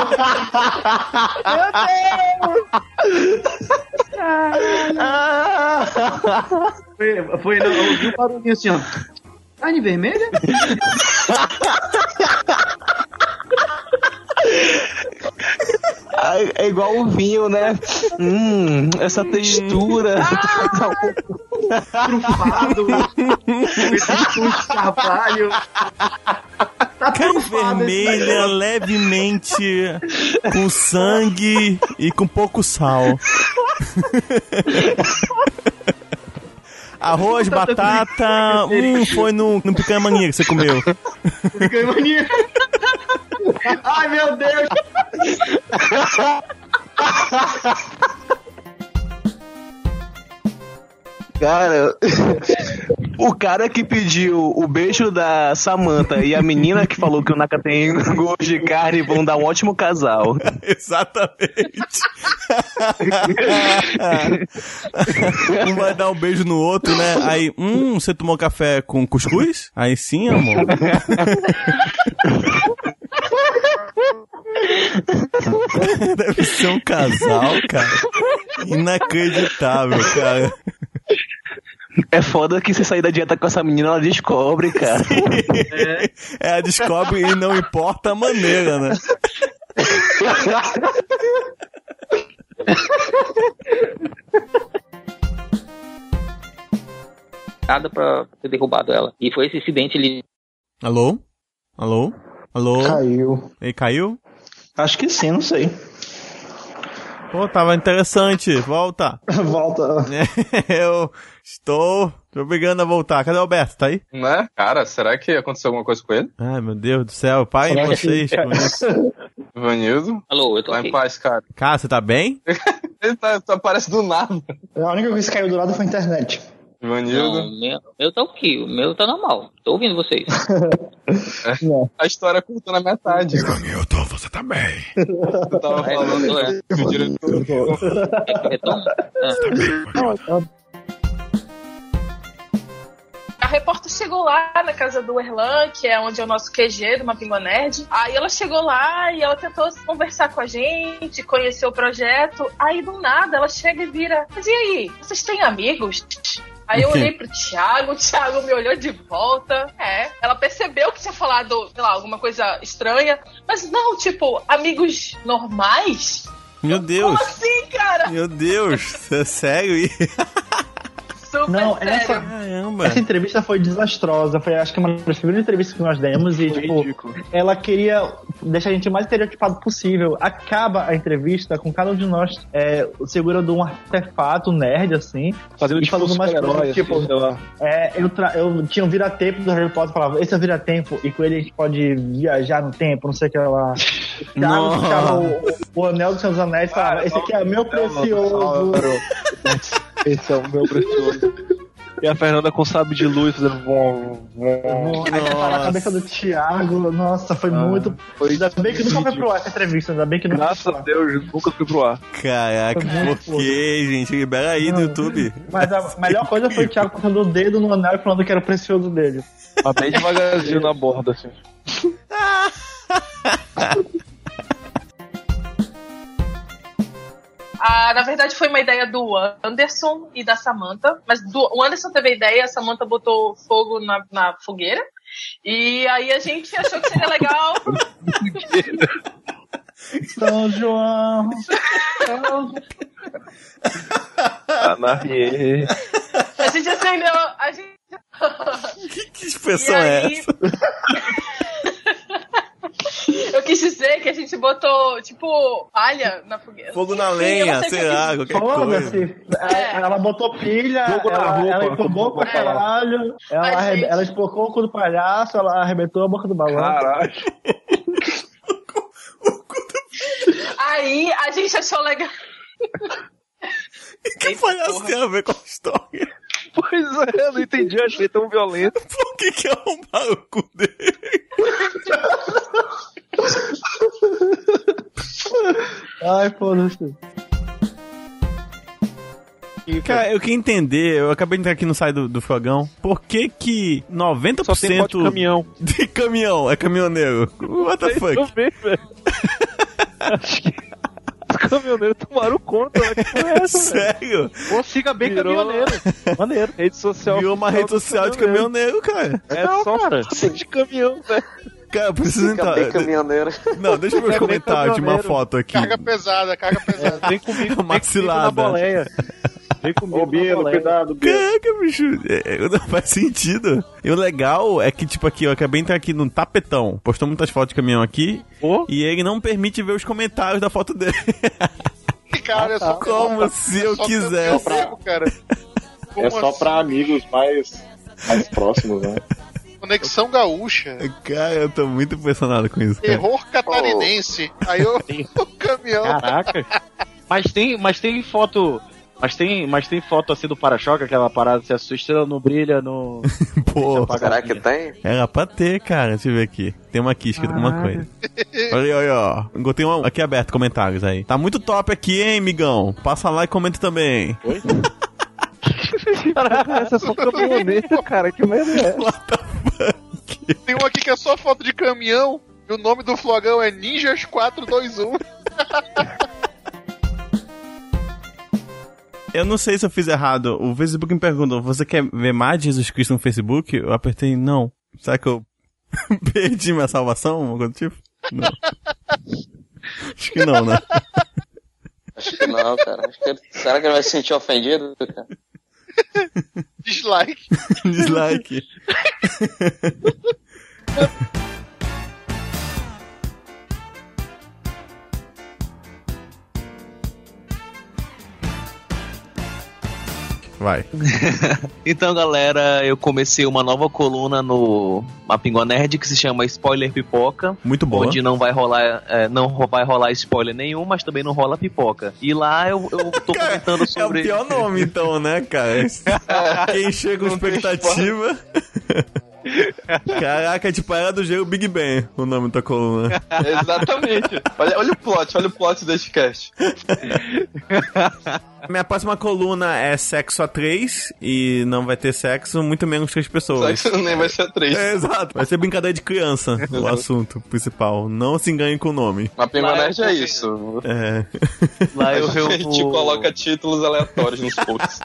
Meu Deus! Foi, foi não, eu ouvi um barulhinho assim, ó. Carne vermelha? É igual o vinho, né? Hum, essa textura. Trufado. Esse susto de carvalho. Tá carne vermelha, levemente, com sangue e com pouco sal. Arroz, batata. Hum, foi no, no picanha mania que você comeu. Picanha mania. Ai, meu Deus. Cara, o cara que pediu o beijo da Samantha e a menina que falou que o Naka tem gosto de carne vão dar um ótimo casal. Exatamente. Um vai dar um beijo no outro, né? Aí, hum, você tomou café com cuscuz? Aí sim, amor. Deve ser um casal, cara. Inacreditável, cara. É foda que se sair da dieta com essa menina, ela descobre, cara. É, ela descobre e não importa a maneira, né? Nada pra ter derrubado ela. E foi esse incidente ali. Alô? Alô? Alô? Caiu. Ele caiu? Acho que sim, não sei. Pô, tava interessante. Volta. Volta. Eu estou... Tô obrigando a voltar. Cadê o Alberto? Tá aí? Né? Cara, será que aconteceu alguma coisa com ele? Ai, meu Deus do céu. Pai de vocês com isso. Ivanildo? Alô, eu tô Tá aqui. em paz, cara. Cara, você tá bem? Ele tá, tá, aparece do nada. A única coisa que caiu do lado foi a internet. Ivanildo? Não, meu, meu tá aqui, o meu tá normal. Tô ouvindo vocês. É. A história cortou na metade. Ivanildo, você tá bem. Eu tava É, falando eu tô, é. que o diretor... É, retorno? Ah. A repórter chegou lá na casa do Erlan, que é onde é o nosso Q G do Mapinguá Nerd. Aí ela chegou lá e ela tentou conversar com a gente, conhecer o projeto. Aí do nada ela chega e vira: mas e aí, vocês têm amigos? Aí eu olhei pro Thiago, o Thiago me olhou de volta. É, ela percebeu que tinha falado, sei lá, alguma coisa estranha. Mas não, tipo, amigos normais? Meu Deus. Como assim, cara? Meu Deus, é sério? Super Não, sério. essa, Caramba. essa entrevista foi desastrosa. Foi, acho que, uma das primeiras entrevistas que nós demos. E, tipo, ridículo. ela queria deixar a gente o mais estereotipado possível. Acaba a entrevista com cada um de nós é, segurando um artefato nerd, assim. Fazendo e tipo um falando mais super-herói, coisas, tipo, assim, sei lá. é, eu, tra- eu tinha um vira-tempo do Harry Potter, falava, esse é o vira-tempo, e com ele a gente pode viajar no tempo, não sei o que lá. O Thiago ficava o, o Anel do Senhor dos Anéis, falava, esse aqui é meu precioso. Esse é o meu precioso. E a Fernanda com sabre de luz fazendo vom, vom. Aí você fala a cabeça do Thiago, nossa, foi Ah, muito. foi Ainda bem que nunca foi ridículo. pro ar essa entrevista, ainda bem que nunca Graças foi a pro ar. Deus, nunca fui pro ar. Caraca, Foi muito por que, gente? Libera aí no YouTube. Mas a melhor coisa foi o Thiago passando o dedo no anel e falando que era o precioso dele. Mas bem devagarzinho na borda, assim. Ah, na verdade foi uma ideia do Anderson e da Samantha, mas do, o Anderson teve a ideia, a Samantha botou fogo na, na fogueira, e aí a gente achou que seria legal. São João. Anarquia. A gente acendeu. A gente... Que, que expressão é aí... essa? Eu quis dizer que a gente botou, tipo, palha na fogueira. Fogo na Sim, eu lenha, não sei sei o que lá, é que- qualquer coisa. Foda-se. É, ela botou pilha, Fogo na ela, roupa, ela empolgou como pra falar. caralho, ela, Ai, arrebe- gente. ela espocou o cu do palhaço, ela arrebentou a boca do balão. Caralho. Aí a gente achou legal. O que palhaço tem a ver com a história? Pois é, eu não entendi, achei tão violento. Por que que arrombaram o cu dele? Ai, foda-se. Cara, eu queria entender, eu acabei de entrar aqui no site do, do Fogão, por que que noventa por cento Só tem foto de caminhão. de caminhão é caminhoneiro? What the fuck? Também, velho. Acho que os caminhoneiros tomaram conta, né? Que porra é essa, Sério? Pô, siga bem Virou... caminhoneiro. Maneiro. Rede social. Virou uma rede social de caminhoneiro, cara. É não, só cara. de caminhão, velho. Cara, eu preciso Fica entrar. bem caminhoneiro. Não, deixa eu ver os comentários de uma foto aqui. Carga pesada, carga pesada. É, vem comigo, vem uma cilada. comigo na boleia. Vem comigo. Ô, Bino, cuidado, Bino. Caraca, bicho, é, não faz sentido. E o legal é que, tipo, aqui, eu acabei de entrar aqui no Tapetão. Postou muitas fotos de caminhão aqui. Oh? E ele não permite ver os comentários da foto dele. Cara, é só como pra, se é eu só quisesse. Pra, cara. É só assim? Pra amigos mais, mais próximos, né? Conexão gaúcha. Cara, eu tô muito impressionado com isso. Cara. Terror catarinense. Oh. Aí eu, o caminhão. Caraca. Mas tem, mas tem foto. Mas tem, mas tem foto assim do para-choque, aquela parada, se a sua estrela não brilha no. Pô, será que tem? Era pra ter, cara. Deixa eu ver aqui. Tem uma aqui escrito alguma coisa. Olha aí, olha, ó. Botei um aqui aberto, comentários aí. Tá muito top aqui, hein, migão? Passa lá e comenta também. Oi? Caraca, essa é só caminhoneta, cara. Que merda é essa? Tem um aqui que é só foto de caminhão e o nome do flogão é Ninjas quatro dois um. Eu não sei se eu fiz errado. O Facebook me perguntou, você quer ver mais de Jesus Cristo no Facebook? Eu apertei não. Será que eu perdi minha salvação? Algum coisa do tipo? Não. Acho que não, né? Acho que não, cara. Acho que ele... Será que ele vai se sentir ofendido, cara? Dislike. Dislike. Vai. Então, galera, eu comecei uma nova coluna no Mapingua Nerd que se chama Spoiler Pipoca. Muito boa. Onde não vai rolar, é, não vai rolar spoiler nenhum, mas também não rola pipoca. E lá eu, eu tô comentando sobre... É o pior nome, então, né, cara? Quem chega com expectativa... Caraca, tipo, era do jeito Big Bang o nome da coluna. Exatamente. Olha, olha o plot, olha o plot deste cast. Minha próxima coluna é sexo a três e não vai ter sexo, muito menos três pessoas. Sexo nem vai ser a três. É, exato. Vai ser brincadeira de criança o assunto principal. Não se engane com o nome. Mas Pingo Nerd é isso. É. Lá eu, eu A gente coloca títulos aleatórios nos posts.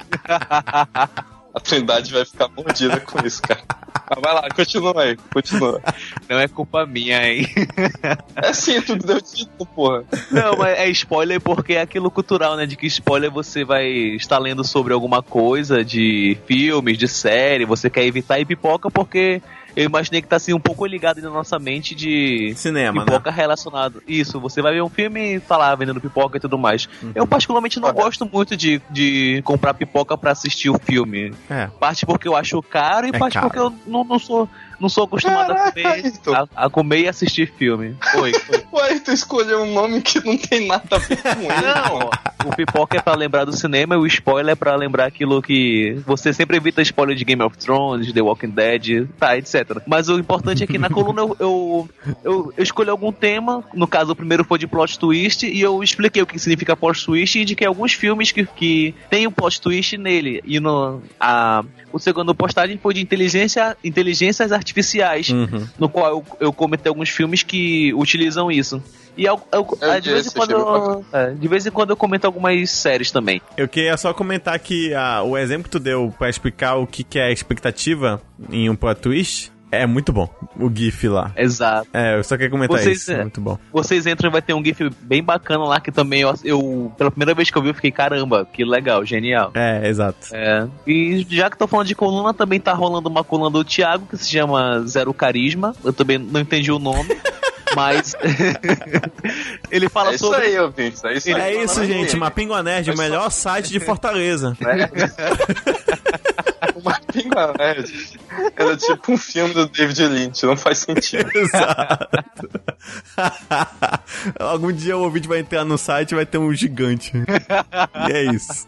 A Trindade vai ficar mordida com isso, cara. Mas vai lá, continua aí, continua. Não é culpa minha, hein? É sim, tu deu título, porra. Não, mas é spoiler porque é aquilo cultural, né? De que spoiler você vai estar lendo sobre alguma coisa de filmes, de série, você quer evitar e pipoca porque... Eu imaginei que tá assim um pouco ligado na nossa mente de cinema, pipoca né? Relacionado. Isso, você vai ver um filme e tá lá vendendo pipoca e tudo mais. Uhum. Eu particularmente não ah, gosto muito de, de comprar pipoca pra assistir o filme. É. Parte porque eu acho caro e é parte caro. Porque eu não, não sou... Não sou acostumado Caraca, a, comer, a, a comer e assistir filme. Oi, foi. Ué, tu escolheu um nome que não tem nada a ver com ele. Não, o pipoca é pra lembrar do cinema e o spoiler é pra lembrar aquilo que... Você sempre evita spoiler de Game of Thrones, The Walking Dead, tá, etcétera. Mas o importante é que na coluna eu, eu, eu, eu escolhi algum tema. No caso, o primeiro foi de plot twist e eu expliquei o que significa plot twist e indiquei alguns filmes que, que tem um plot twist nele. E no... A, o segundo postagem foi de inteligência, inteligências artificiais, uhum. no qual eu, eu comentei alguns filmes que utilizam isso. E eu, eu, eu de, vez em quando eu, é, de vez em quando eu comento algumas séries também. Eu queria só comentar que ah, o exemplo que tu deu pra explicar o que, que é expectativa em um plot twist... É muito bom, o GIF lá. Exato. É, eu só queria comentar vocês, isso, é muito bom. Vocês entram e vai ter um GIF bem bacana lá, que também eu, eu pela primeira vez que eu vi, eu fiquei, caramba, que legal, genial. É, exato. É, e já que tô falando de coluna, também tá rolando uma coluna do Thiago, que se chama Zero Carisma, eu também não entendi o nome. Mas ele fala é isso sobre... Aí, ouvinte, é isso aí, é isso, gente. Mapingua Nerd, o melhor site de Fortaleza. O Mapingua Nerd era tipo um filme do David Lynch, não faz sentido. Exato. Algum dia o ouvinte vai entrar no site e vai ter um gigante. E é isso.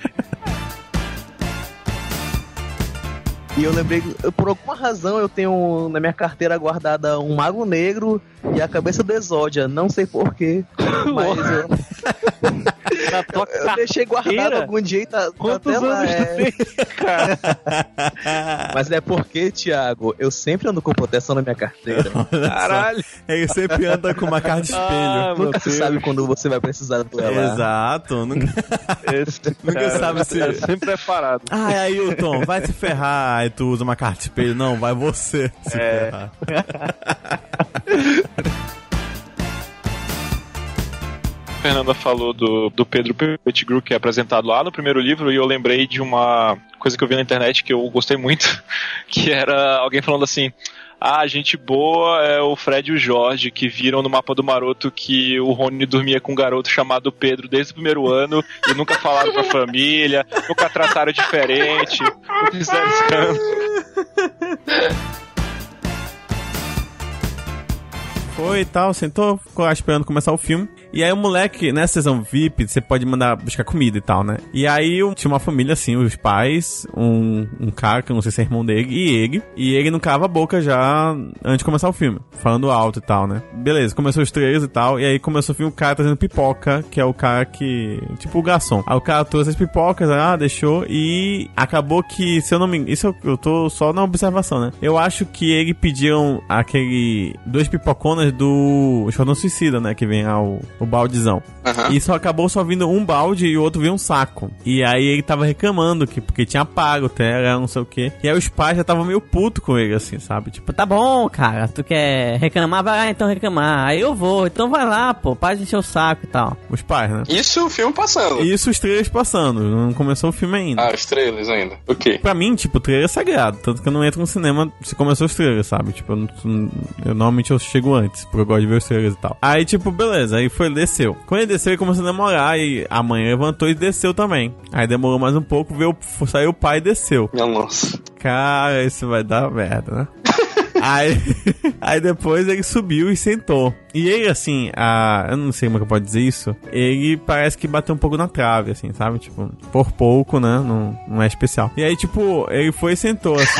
E eu lembrei, por alguma razão eu tenho na minha carteira guardada um Mago Negro e a cabeça do Exódia, não sei porquê, mas eu, Na tua eu deixei guardado algum dia e tá, tá até lá. É... Mas é porque, Thiago, eu sempre ando com proteção na minha carteira. Caralho! Ele sempre anda com uma cara de espelho. Ah, nunca se sabe quando você vai precisar dela. Exato. Nunca, nunca cara, sabe se... é sempre preparado. Ah, é Ailton, vai se ferrar. Aí tu usa uma carta de espelho. Não, vai você se É. ferrar. A Fernanda falou do, do Pedro Pettigrew, que é apresentado lá no primeiro livro, e eu lembrei de uma coisa que eu vi na internet que eu gostei muito, que era alguém falando assim: ah, gente boa é o Fred e o Jorge, que viram no mapa do Maroto que o Rony dormia com um garoto chamado Pedro desde o primeiro ano e nunca falaram pra família, nunca trataram diferente, não fizeram escândalo. Foi e tal, sentou, ficou lá esperando começar o filme. E aí o moleque, nessa sessão V I P, você pode mandar buscar comida e tal, né? E aí eu, tinha uma família assim, os pais, um, um cara que eu não sei se é irmão dele, e ele. E ele não cava a boca já antes de começar o filme, falando alto e tal, né? Beleza, começou os trailers e tal, e aí começou o filme, o cara trazendo pipoca, que é o cara que... tipo o garçom. Aí o cara trouxe as pipocas, ah, deixou, e acabou que, se eu não me engano, isso eu, eu tô só na observação, né? Eu acho que ele pediram aquele... duas pipoconas do Esquadrão Suicida, né? Que vem ao o baldezão. Uhum. E só acabou só vindo um balde e o outro veio um saco. E aí ele tava reclamando que porque tinha pago, era não sei o que. E aí os pais já estavam meio puto com ele, assim, sabe? Tipo, tá bom, cara, tu quer reclamar? Vai lá então reclamar. Aí eu vou, então vai lá, pô, para de encher o saco e tal. Os pais, né? Isso o filme passando. Isso os trailers passando. Não começou o filme ainda. Ah, os trailers ainda. Ok. Pra mim, tipo, o trailer é sagrado. Tanto que eu não entro no cinema se começou os trailers, sabe? Tipo, eu, não, eu normalmente eu chego antes, porque eu gosto de ver os trailers e tal. Aí, tipo, beleza. Aí foi, desceu. Quando ele desceu, ele começou a demorar. E a mãe levantou e desceu também. Aí demorou mais um pouco, veio, saiu o pai e desceu. Minha nossa. Cara, isso vai dar merda, né? Aí, aí depois ele subiu e sentou. E ele, assim, a, eu não sei como é que eu posso dizer isso. Ele parece que bateu um pouco na trave, assim, sabe? Tipo, por pouco, né? Não, não é especial. E aí, tipo, ele foi e sentou, assim.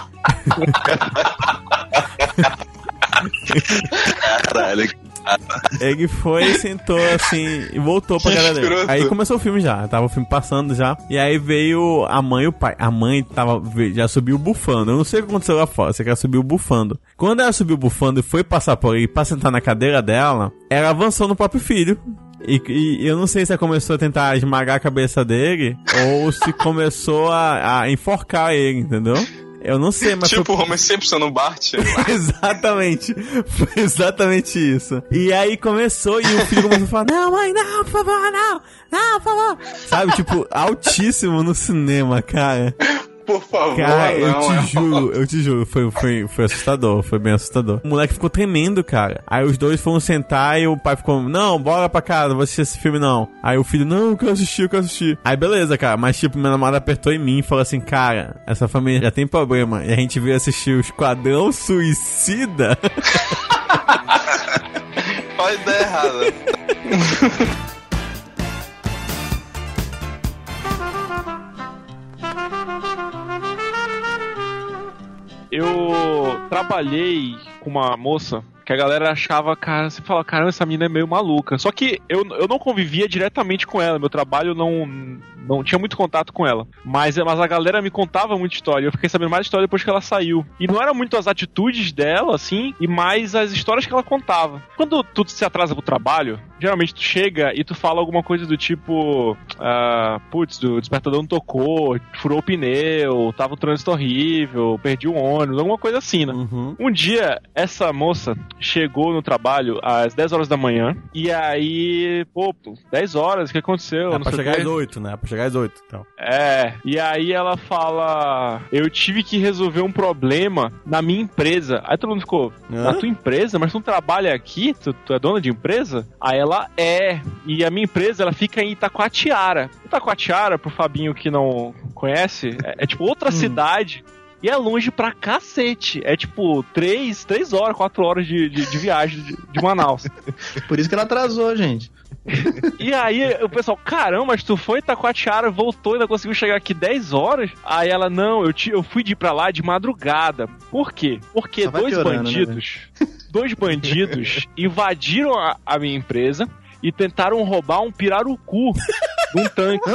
Caralho. Ele foi, sentou assim e voltou pra casa dele. Aí começou o filme já, tava o filme passando já. E aí veio a mãe e o pai. A mãe tava, já subiu bufando. Eu não sei o que aconteceu lá fora, sei que ela subiu bufando. Quando ela subiu bufando e foi passar por aí pra sentar na cadeira dela, ela avançou no próprio filho. E, e eu não sei se ela começou a tentar esmagar a cabeça dele ou se começou a, a enforcar ele, entendeu? Eu não sei, mas... Tipo foi... o Homer Simpson no Bart. Exatamente. Foi exatamente isso. E aí começou e o filho começou a falar: não, mãe, não, por favor, não. Não, por favor. Sabe, tipo, altíssimo no cinema, cara. Por favor, cara, eu não, te é juro, eu te juro, foi, foi, foi assustador, foi bem assustador. O moleque ficou tremendo, cara. Aí os dois foram sentar e o pai ficou: não, bora pra casa, vou assistir esse filme não. Aí o filho: não, eu quero assistir, eu quero assistir. Aí beleza, cara, mas tipo, minha namorada apertou em mim e falou assim: cara, essa família já tem problema. E a gente veio assistir o Esquadrão Suicida. Olha a ideia errada. Eu trabalhei com uma moça que a galera achava, cara, você fala, caramba, essa menina é meio maluca. Só que eu, eu não convivia diretamente com ela, meu trabalho não, não tinha muito contato com ela. Mas, mas a galera me contava muita história, eu fiquei sabendo mais história depois que ela saiu. E não eram muito as atitudes dela, assim, e mais as histórias que ela contava. Quando tu se atrasa pro trabalho, geralmente tu chega e tu fala alguma coisa do tipo, uh, putz, o despertador não tocou, furou o pneu, tava um trânsito horrível, perdi o ônibus, alguma coisa assim, né? Uhum. Um dia, essa moça chegou no trabalho às dez horas da manhã, e aí, pô, dez horas, o que aconteceu? É não pra sei chegar às oito, né? É pra chegar às oito, então. É, e aí ela fala, eu tive que resolver um problema na minha empresa. Aí todo mundo ficou, Hã? na tua empresa? Mas tu não trabalha aqui? Tu, tu é dona de empresa? Aí ela é, e a minha empresa, ela fica em Itacoatiara. Itacoatiara, pro Fabinho que não conhece, é, é tipo outra cidade E é longe pra cacete. É tipo três, três horas, quatro horas de, de, de viagem de, de Manaus. Por isso que ela atrasou, gente. E aí o pessoal, caramba, mas tu foi em Taquatiara, voltou e ainda conseguiu chegar aqui dez horas? Aí ela, não, eu, te, eu fui de ir pra lá de madrugada. Por quê? Porque dois piorando, bandidos, né, dois bandidos invadiram a, a minha empresa e tentaram roubar um pirarucu de um tanque.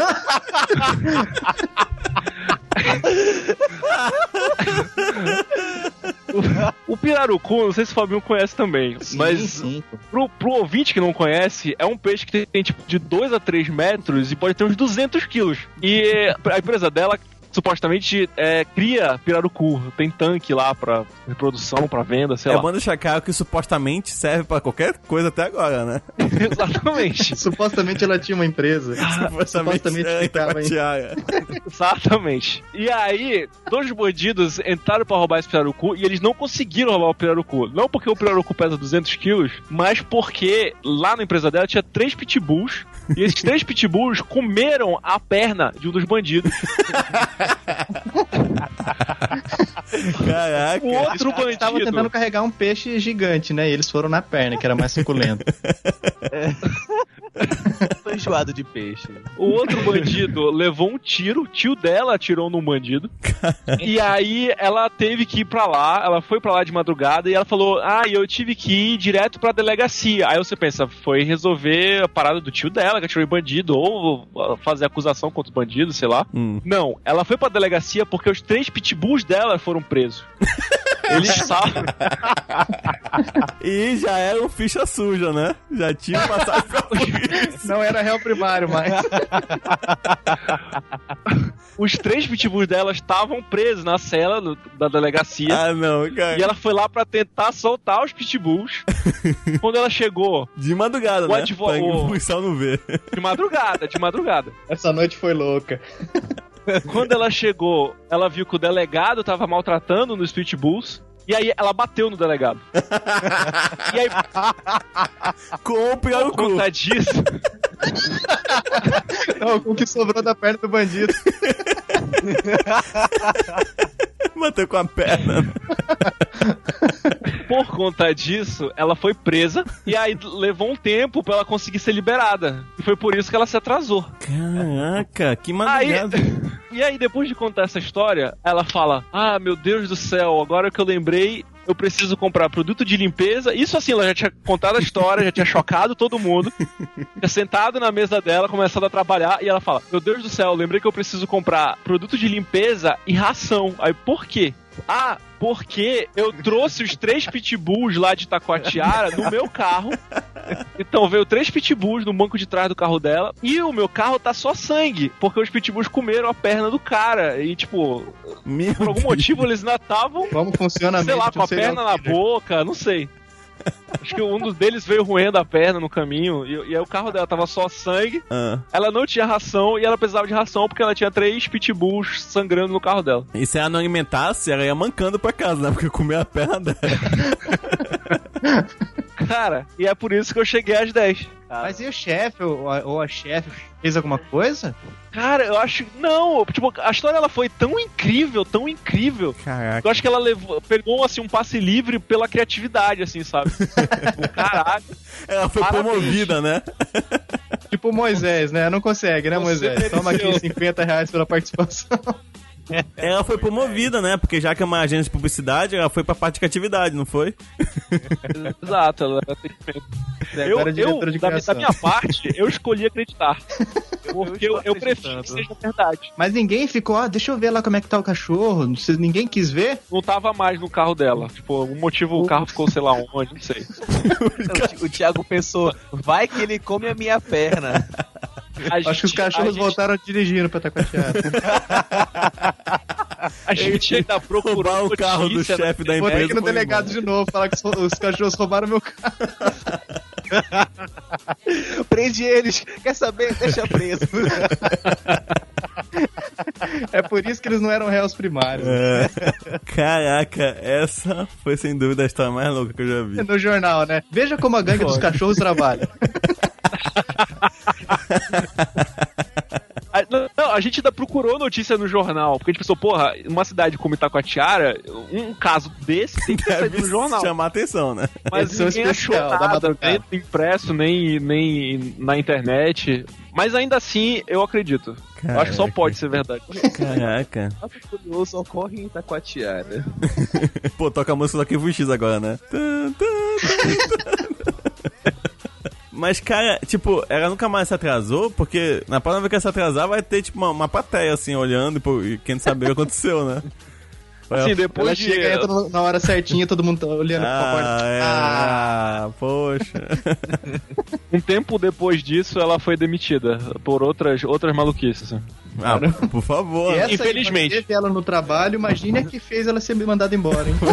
o, o pirarucu, não sei se o Fabinho conhece também, sim, mas sim. Pro, pro ouvinte que não conhece, é um peixe que tem, tem tipo de dois a três metros e pode ter uns duzentos quilos. E a empresa dela supostamente é, cria pirarucu, tem tanque lá pra reprodução, pra venda, sei é lá. É bom deixar claro que supostamente serve pra qualquer coisa até agora, né? Exatamente. Supostamente ela tinha uma empresa. Supostamente, supostamente é, ficava em... Exatamente. E aí, dois bandidos entraram pra roubar esse pirarucu e eles não conseguiram roubar o pirarucu. Não porque o pirarucu pesa duzentos quilos, mas porque lá na empresa dela tinha três pitbulls e esses três pitbulls comeram a perna de um dos bandidos. Caraca. O outro bandido tava tentando carregar um peixe gigante, né? E eles foram na perna, que era mais suculento. É. Tô enjoado de peixe. O outro bandido levou um tiro, o tio dela atirou num bandido. E aí ela teve que ir pra lá, ela foi pra lá de madrugada e ela falou: ah, eu tive que ir direto pra delegacia. Aí você pensa, foi resolver a parada do tio dela, que atirou em bandido, ou fazer acusação contra os bandidos, sei lá. Hum. Não, ela foi pra delegacia porque os três pitbulls dela foram presos. Eles estavam. E já eram ficha suja, né? Já tinham passado pela polícia. Não era réu primário mais. Os três pitbulls dela estavam presos na cela do, da delegacia. Ah, não, cara. E ela foi lá pra tentar soltar os pitbulls. Quando ela chegou... De madrugada, o né? Advogado... O policial não vê. De madrugada, de madrugada. Essa noite foi louca. Quando ela chegou, ela viu que o delegado tava maltratando nos pitbulls. E aí ela bateu no delegado. E aí... Com o pior Por conta disso... Não, com o que sobrou da perna do bandido. Bateu com a perna. Por conta disso, ela foi presa e aí levou um tempo pra ela conseguir ser liberada. E foi por isso que ela se atrasou. Caraca, que madrugada. Aí, e aí, depois de contar essa história, ela fala: ah, meu Deus do céu, agora que eu lembrei, eu preciso comprar produto de limpeza. Isso assim, ela já tinha contado a história, já tinha chocado todo mundo. Tinha sentado na mesa dela, começado a trabalhar, e ela fala: meu Deus do céu, eu lembrei que eu preciso comprar produto de limpeza e ração. Aí, por quê? Ah, porque eu trouxe os três pitbulls lá de Taquatiara no meu carro. Então veio três pitbulls no banco de trás do carro dela. E o meu carro tá só sangue, porque os pitbulls comeram a perna do cara. E tipo, meu por algum Deus. motivo eles ainda estavam, como funciona a sei lá, mente, com a sei perna lá, na boca, não sei. Acho que um dos deles veio roendo a perna no caminho. E, e aí o carro dela tava só sangue. Ah. Ela não tinha ração e ela precisava de ração porque ela tinha três pitbulls sangrando no carro dela. E se ela não alimentasse, ela ia mancando pra casa, né? Porque comeu a perna dela. Cara, e é por isso que eu cheguei às dez. Mas e o chefe, ou a, ou a chefe, fez alguma coisa? Cara, eu acho... Não, tipo, a história ela foi tão incrível, tão incrível. Caraca. Eu acho que ela levou, pegou, assim, um passe livre pela criatividade, assim, sabe? Tipo, caralho. Ela foi Parabéns. promovida, né? Tipo Moisés, né? Não consegue, né, Você Moisés? mereceu. Toma aqui cinquenta reais pela participação. Ela foi promovida, né? Porque já que é uma agência de publicidade, ela foi pra parte de criatividade, não foi? Exato, ela era atendimento. Eu, Agora é diretora eu de da, criação. da minha parte, eu escolhi acreditar. Porque eu, eu prefiro que seja verdade. Mas ninguém ficou, ah, deixa eu ver lá como é que tá o cachorro. Ninguém quis ver? Não tava mais no carro dela. Tipo, o motivo o carro ficou, sei lá onde, não sei. O, o Thiago pensou, vai que ele come a minha perna. A Acho gente, que os cachorros a gente, voltaram dirigindo pra Taquatiara. a gente ainda procurou roubar o carro do chefe da Vou empresa. ter que ir no foi delegado embora. de novo, falar que os cachorros roubaram meu carro. Prende eles, quer saber? Deixa preso. É por isso que eles não eram réus primários. É. Caraca, essa foi sem dúvida a história mais louca que eu já vi. No jornal, né? Veja como a gangue dos cachorros trabalha. A, não, a gente ainda procurou notícia no jornal, porque a gente pensou, porra, uma cidade como Itacoatiara, um caso desse tem que ter saído no jornal. Chamar atenção, né? Mas Edição ninguém achou especial, da nada, madrugada. nem impresso, nem, nem na internet. Mas ainda assim, eu acredito. Eu acho que só pode ser verdade. Caraca. Fato curioso ocorre em Itacoatiara. Pô, toca a música do Arquivo X agora, né? Mas, cara, tipo, ela nunca mais se atrasou, porque na próxima vez que ela se atrasar vai ter, tipo, uma, uma plateia, assim, olhando e, pô, e querendo saber o que aconteceu, né? Assim, depois Ela de... chega, entra no- na hora certinha, todo mundo tá olhando Ah, pra porta. é, ah, poxa. Um tempo depois disso, ela foi demitida por outras, outras maluquices. assim. Ah, por favor. E essa aí, Infelizmente. quando teve ela no trabalho, imagine a que fez ela ser mandada embora, hein?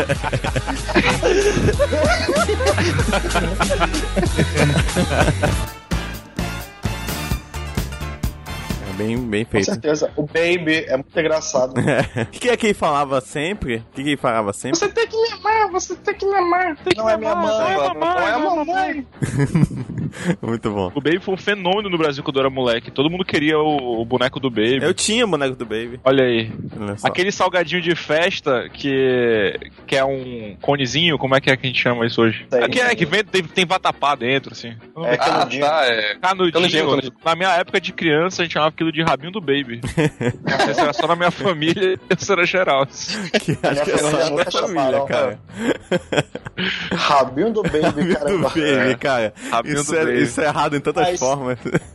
É bem, bem Com feito. certeza. O Baby é muito engraçado. O que é que ele falava sempre? O que que ele falava sempre? Você tem que me amar, você tem que me amar. Não é minha mãe, não é a mamãe. Muito bom. O Baby foi um fenômeno no Brasil quando eu era moleque. Todo mundo queria o, o boneco do Baby. Eu tinha o boneco do Baby. Olha aí. Olha só. Aquele salgadinho de festa que, que é um conezinho, como é que é que a gente chama isso hoje? Sei, Aqui é sei. que vem, tem, tem vatapá dentro, assim. É, Ah, canudinho. tá, é. Canudinho. Canudinho, canudinho. Na minha época de criança, a gente chamava aquilo de rabinho do Baby. Não sei se era só na minha família, isso era geral. Que acho que é só da Nunca família, chamaram, cara. Rabinho do Baby, Do caramba. Baby, cara. Rabinho Isso do é, Baby. isso é errado em tantas Mas- formas.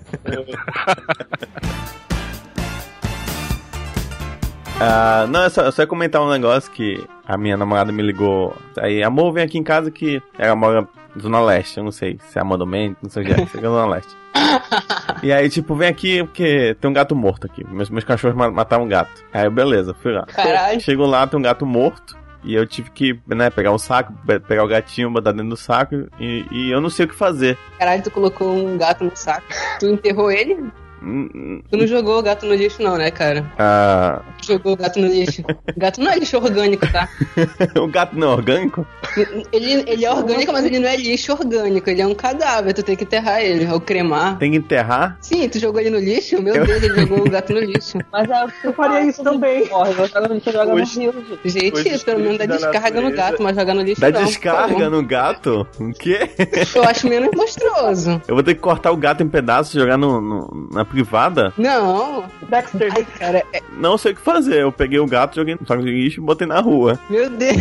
Ah, não, é só, é só comentar um negócio que a minha namorada me ligou. Aí, amor, vem aqui em casa que ela mora na Zona Leste. Eu não sei se é Amor do Mendes, não sei o que é, sei que é Zona Leste. E aí, tipo, vem aqui porque tem um gato morto aqui. Meus, meus cachorros ma- mataram um gato. Aí, eu, beleza, fui lá. Caralho. Chego lá, tem um gato morto. E eu tive que, né, pegar um saco, pe- pegar o gatinho, botar dentro do saco. E, e eu não sei o que fazer. Caralho, tu colocou um gato no saco. Tu enterrou ele? Hum, Tu não jogou o gato no lixo, não, né, cara? Ah, Tu jogou o gato no lixo. O gato não é lixo orgânico, tá? o gato não é orgânico? Ele, ele é orgânico, mas ele não é lixo orgânico. Ele é um cadáver, tu tem que enterrar ele, ou cremar. Tem que enterrar? Sim, tu jogou ele no lixo? Meu Eu- Deus, ele jogou o gato no lixo. Mas é, eu faria isso também. Ó, eu jogo no lixo, joga no rio, gente. Gente, isso pelo menos dá da descarga no natureza. gato, mas jogar no lixo Dá não. por descarga favor. no gato? O quê? Eu acho menos monstruoso. Eu vou ter que cortar o gato em pedaços e jogar no, no- na privada? Não. Dexter. Ai, cara, é- Não sei o que fazer. Eu peguei o gato, joguei no saco de lixo e botei na rua. meu Deus.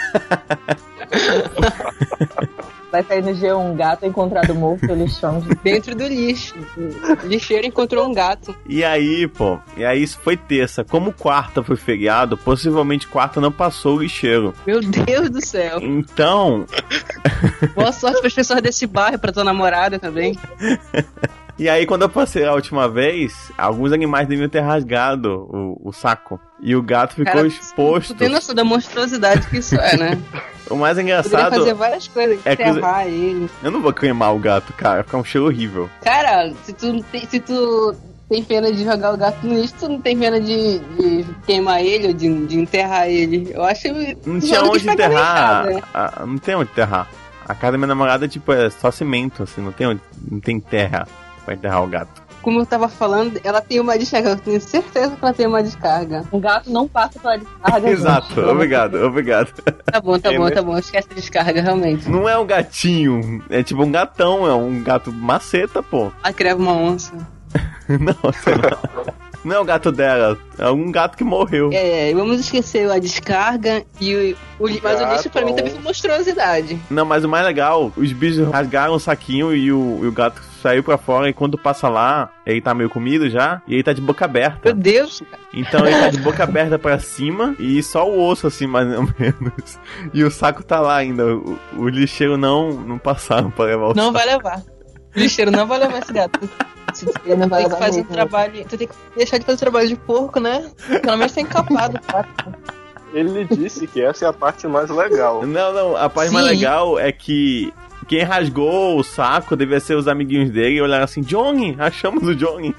Vai sair no G um, gato encontrado morto, lixão. Dentro do lixo. O lixeiro encontrou um gato. E aí, pô, e aí isso foi terça. Como quarta foi feriado, possivelmente quarta não passou o lixeiro. Meu Deus do céu. Então, Boa sorte para as pessoas desse bairro, pra tua namorada também. e aí quando eu passei a última vez, alguns animais deviam ter rasgado o, o saco. E o gato ficou Cara, exposto. Tu tem noção da monstruosidade que isso é, né? O mais Poderia engraçado fazer várias coisas, é que- enterrar ele. eu não vou queimar o gato, cara, vai ficar um cheiro horrível. Cara, se tu, não tem- se tu tem pena de jogar o gato no lixo, tu não tem pena de, de queimar ele ou de, de enterrar ele. Eu acho Não tu tinha joga onde que tá enterrar. errado, né? Ah, não tem onde enterrar. A casa da minha namorada, tipo, é só cimento, assim, não tem onde, não tem terra pra enterrar o gato. Como eu tava falando, ela tem uma descarga. Eu tenho certeza que ela tem uma descarga. Um gato não passa pela descarga. Exato, gente. obrigado, obrigado. Tá bom, tá É, bom, né? tá bom. Esquece a descarga, realmente. Não é um gatinho, é tipo um gatão, é um gato maceta, pô. Ela criava uma onça. Não, sei lá. Não é o gato dela, é um gato que morreu. É, vamos esquecer a descarga e o, o li- mas o lixo pra mim também foi monstruosidade. Não, mas o mais legal, os bichos rasgaram o saquinho e o, e o gato saiu pra fora e quando passa lá, ele tá meio comido já, e ele tá de boca aberta. Meu Deus, cara. Então ele tá de boca aberta pra cima e só o osso assim, mais ou menos. E o saco tá lá ainda, o, o lixeiro não, não passaram pra levar o Não saco. vai levar. O lixeiro não vai levar esse gato. Ele não vai Tem que levar fazer um mesmo. trabalho. Tu tem que deixar de fazer trabalho de porco, né? Pelo menos tem encapado, cara. Ele disse que essa é a parte mais legal. Não, não, a parte mais Sim. legal é que quem rasgou o saco devia ser os amiguinhos dele e olharam assim, Johnny, achamos o Johnny.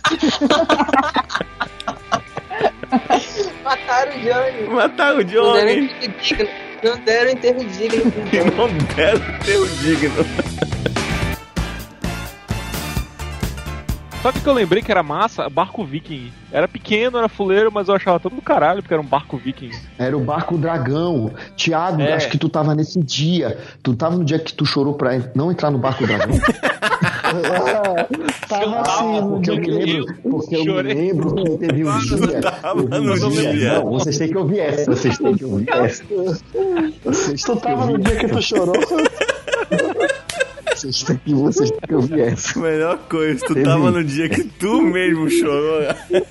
Mataram o Johnny. Mataram o Não deram Johnny. enterro digno. Não deram enterro digno pro Johnny. Não deram ter o digno. Sabe o que eu lembrei que era massa? Barco Viking. Era pequeno, era fuleiro, mas eu achava todo do caralho, porque era um barco Viking. Era o barco Dragão. Tiago, É. acho que tu tava nesse dia. Tu tava no dia que tu chorou pra não entrar no barco Dragão? Tava assim, no dia que eu me lembro. Porque eu me lembro que teve um dia. teve um dia- Não, vocês têm que ouvir essa. Vocês têm que ouvir essa. Vocês Tu tava no dia que tu chorou? Vocês têm que, vocês têm que ouvir essa. Melhor coisa, tu Teve- tava no dia que tu mesmo chorou.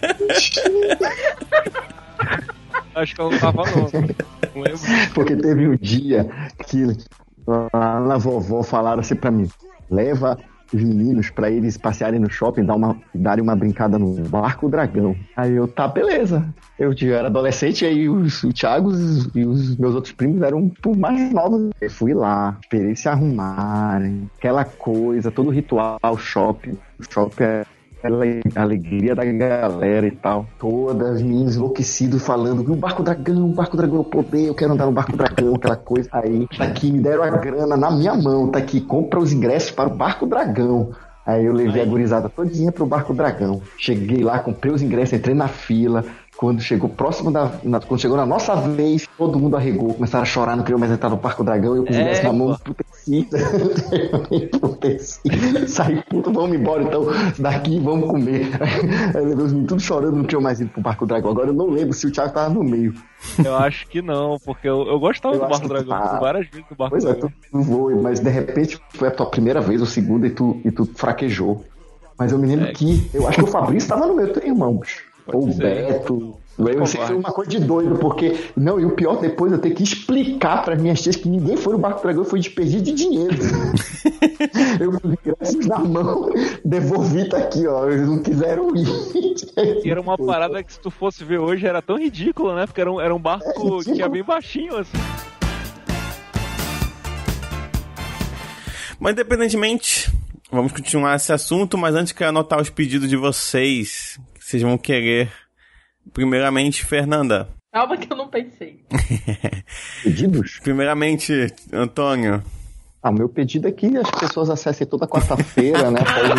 Acho que eu não tava, não. Não lembro. Porque teve um dia que lá na vovó falaram assim pra mim: leva os meninos pra eles passearem no shopping, dar uma, darem uma brincada no Barco Dragão. Aí eu, tá, beleza. Eu, eu era adolescente, aí os, o Thiago e os meus outros primos eram um pouco mais novos. Eu fui lá, esperei se arrumarem, aquela coisa, todo o ritual, shopping. O shopping é a alegria da galera e tal. Todas as meninas enlouquecidas falando: o Barco Dragão, o Barco Dragão, eu poder, eu quero andar no Barco Dragão, aquela coisa. Aí, tá aqui, me deram a grana na minha mão, tá aqui, compra os ingressos para o Barco Dragão. Aí eu levei a gurizada todinha pro Barco Dragão. Cheguei lá, comprei os ingressos, entrei na fila. Quando chegou próximo da. Na, quando chegou na nossa vez, todo mundo arregou, começaram a chorar, não queriam mais entrar no Barco Dragão. Eu com os É, ingressos na mão, pô. emputecido. Emputecido. Saí, puto, vamos embora então, daqui vamos comer. Aí levei os meninos tudo chorando, não tinham mais ido pro Barco Dragão. Agora eu não lembro se o Thiago tava no meio. Eu acho que não, porque eu, eu gostava Eu do acho Barco que Dragão. tá. Fui várias vezes do Barco Pois é, Dragão. tu voou, mas de repente foi a tua primeira vez ou segunda e tu, e tu fraquejou. Mas eu me lembro É. que. Eu acho que o Fabrício tava no meu teu irmão, bicho. Ou o ser. Beto. Eu sei que foi uma coisa de doido, porque. Não, e o pior depois eu ter que explicar para minhas tias que ninguém foi no Barco Dragão, foi desperdício de dinheiro. Eu com os ingressos na mão, devolvi, tá aqui, ó. Eles não quiseram ir. E era uma parada que se tu fosse ver hoje era tão ridícula, né? Porque era um, era um barco que ia bem baixinho, assim. Mas independentemente, vamos continuar esse assunto, mas antes quero anotar os pedidos de vocês, que vocês vão querer. Primeiramente, Fernanda. Calma que eu não pensei. Pedidos? Primeiramente, Antônio. Ah, o meu pedido é que as pessoas acessem toda quarta-feira, né? Após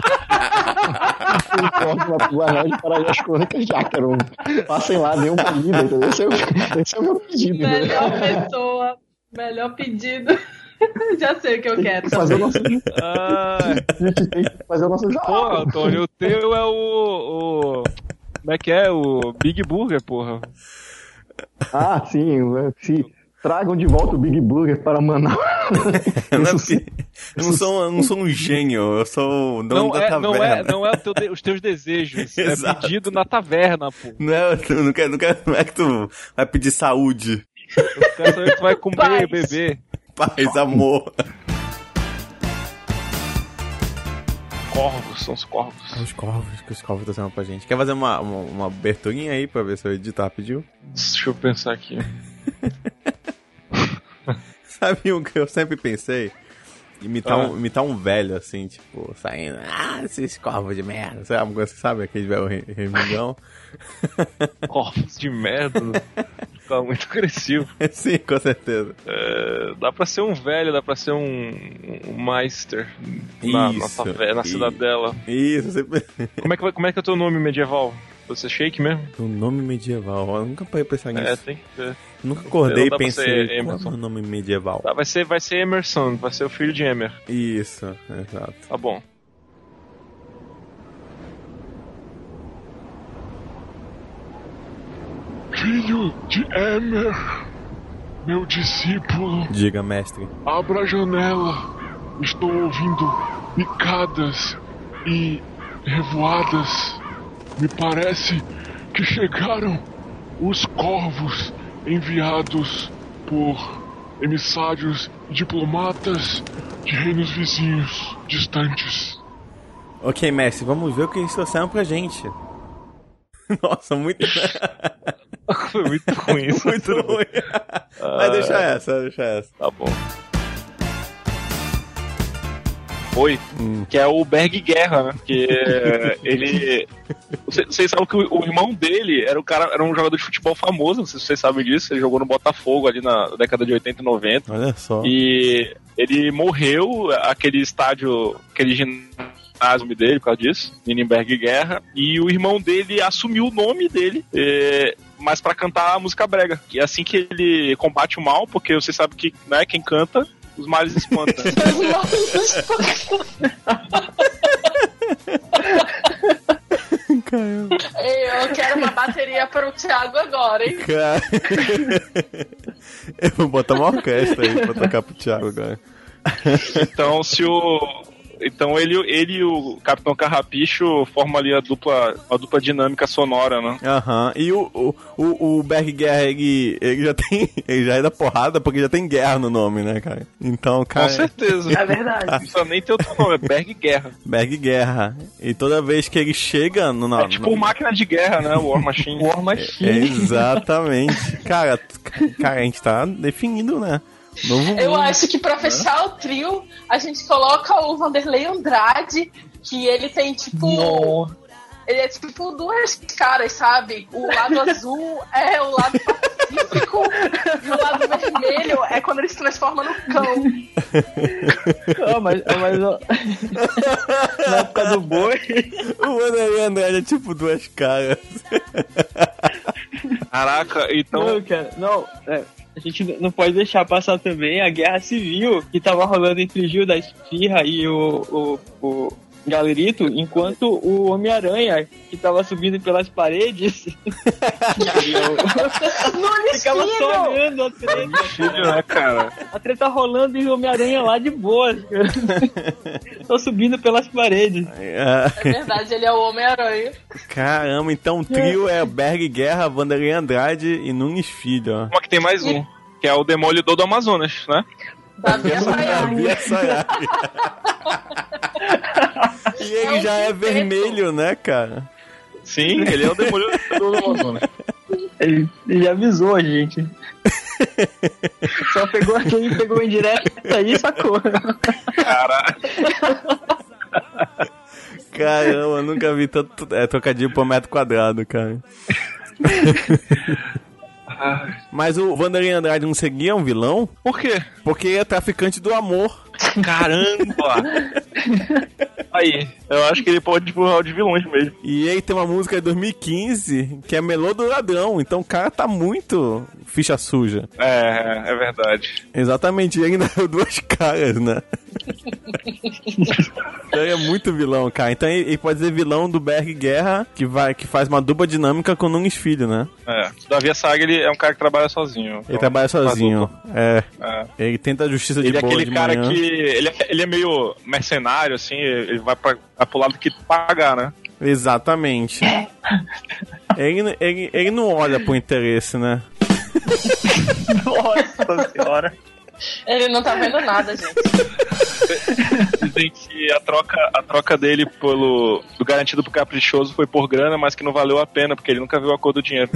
o anel para as crônicas de Acheron. Passem lá, dêem uma lida, entendeu? Esse é o, esse é o meu pedido. Melhor Entendeu? pessoa, melhor pedido. Já sei o que eu quero. Fazer o nosso... Ah, A gente tem que fazer o nosso pô, jornal. Antônio, o teu é o, o. Como é que é? O Big Burger, porra. Ah, sim, sim. Tragam de volta o Big Burger para Manaus. Não é porque- eu não sou, eu não sou um gênio, eu sou o dono Não da é, taverna. não é, não é o teu de- os teus desejos. É Exato. pedido na taverna, pô. Não é, tu não, quer, não, quer, não é que tu vai pedir saúde. Eu quero saber que tu vai comer Paz. e beber. Paz, amor. Corvos, são os corvos. Os corvos, que os corvos estão chamando pra gente. Quer fazer uma, uma, uma aberturinha aí pra ver se eu edito rapidinho? Deixa eu pensar aqui. Sabe o que eu sempre pensei? Imitar, Ah. um, imitar um velho, assim, tipo, saindo. Ah, esses corvos de merda. Sabe, você sabe aquele velho re- remingão? Corvos de merda. Fica muito agressivo. Sim, com certeza. É, dá pra ser um velho, dá pra ser um, um Meister na, na, Isso, taverna, na isso. cidadela. Isso, sempre. Como é, que, vai- como é que é o teu nome medieval? Você é Shake mesmo? O nome medieval, eu nunca parei pra pensar nisso. É, tem que ser. Nunca acordei Não e dá pra pensei, ser qual é o Emerson. meu nome medieval? Tá, vai ser, vai ser Emerson, vai ser o filho de Emer. Isso, exato. Tá bom. Filho de Emer, meu discípulo, Diga, mestre. abra a janela. Estou ouvindo picadas e revoadas. Me parece que chegaram os corvos enviados por emissários e diplomatas de reinos vizinhos distantes. Ok, mestre, vamos ver o que eles trouxeram pra gente. Nossa, muito. Foi muito ruim isso. Muito ruim. Mas deixa essa, deixa essa. Tá bom. Oi, que é o Berg Guerra, né? Que é, ele. Vocês vocês sabem que o, o irmão dele era, o cara, era um jogador de futebol famoso, não sei se vocês sabem disso. Ele jogou no Botafogo ali na década de oitenta e noventa. Olha só. E ele morreu, aquele estádio, aquele ginásio o nome dele por causa disso, Nirenberg Guerra, e o irmão dele assumiu o nome dele, é, mas pra cantar a música brega. E é assim que ele combate o mal, porque você sabe que, né, quem canta, os males espantam. Os males espantam. Caramba. Eu quero uma bateria pro Thiago agora, hein? Cara... Eu vou botar uma orquestra aí pra tocar pro Thiago agora. Então, se o... Então ele, ele e o Capitão Carrapicho formam ali a dupla, a dupla dinâmica sonora, né? Aham, e o, o, o, o Berg Guerra, ele, ele já tem, ele já é da porrada porque já tem guerra no nome, né, cara? Então, cara... Com certeza. É verdade. Não precisa nem ter outro nome, é Berg Guerra. Berg Guerra. E toda vez que ele chega no... É tipo no... máquina de guerra, né? War Machine. War Machine. É, exatamente. Cara, cara, a gente tá definindo, né? Novo Eu mundo. acho que pra fechar o trio, a gente coloca o Vanderlei Andrade, que ele tem tipo. No. Ele é tipo duas caras, sabe? O lado azul é o lado pacífico e o lado vermelho é quando ele se transforma no cão. Oh, mas, mas ó, na época do boi. O Vanderlei Andrade é tipo duas caras. Caraca, então. Não, cara, não, é, a gente não pode deixar passar também a guerra civil que tava rolando entre Gil da Esfirra e o, o, o Galerito, enquanto o Homem-Aranha, que tava subindo pelas paredes, ficava só olhando a treta. Filho, né, cara? A treta rolando e o Homem-Aranha lá de boa. Tô subindo pelas paredes. É verdade, ele é o Homem-Aranha. Caramba, então o trio é Berg Guerra, Vanderlei Andrade e Nunes Filho, ó. Como é que tem mais um? Que é o Demolidor do Amazonas, né? Da Bia Bia Sayag. E ele É um já é quinteto. vermelho, né, cara? Sim, ele é o Demolidor do Amazonas. Ele, ele já avisou a gente. Só pegou quem pegou em direto aí, sacou. Caralho. Caramba, eu nunca vi tanto é, trocadilho por metro quadrado, cara. Mas o Vanderlei Andrade não seguia um vilão? Por quê? Porque ele é traficante do amor. Caramba! Aí, eu acho que ele pode ir pro hall de vilões mesmo. E ele tem uma música de dois mil e quinze que é Melô do Ladrão. Então o cara tá muito ficha suja. É, é verdade. Exatamente, e ele ainda deu duas caras, né? Então ele é muito vilão, cara. Então ele, ele pode ser vilão do Berg Guerra, que, vai, que faz uma dupla dinâmica com o Nunes Filho, né? É. Davi Saga, ele é um cara que trabalha sozinho. Ele então, trabalha sozinho. É. é. Ele tenta a justiça de ele boa é aquele de cara manhã. que... Ele é, ele é meio mercenário, assim, ele vai, pra, vai pro lado que pagar, né? Exatamente. ele, ele, ele não olha pro interesse, né? Nossa senhora. Ele não tá vendo nada, gente. Dizem que a troca, a troca dele pelo, do garantido pro caprichoso foi por grana, mas que não valeu a pena, porque ele nunca viu a cor do dinheiro.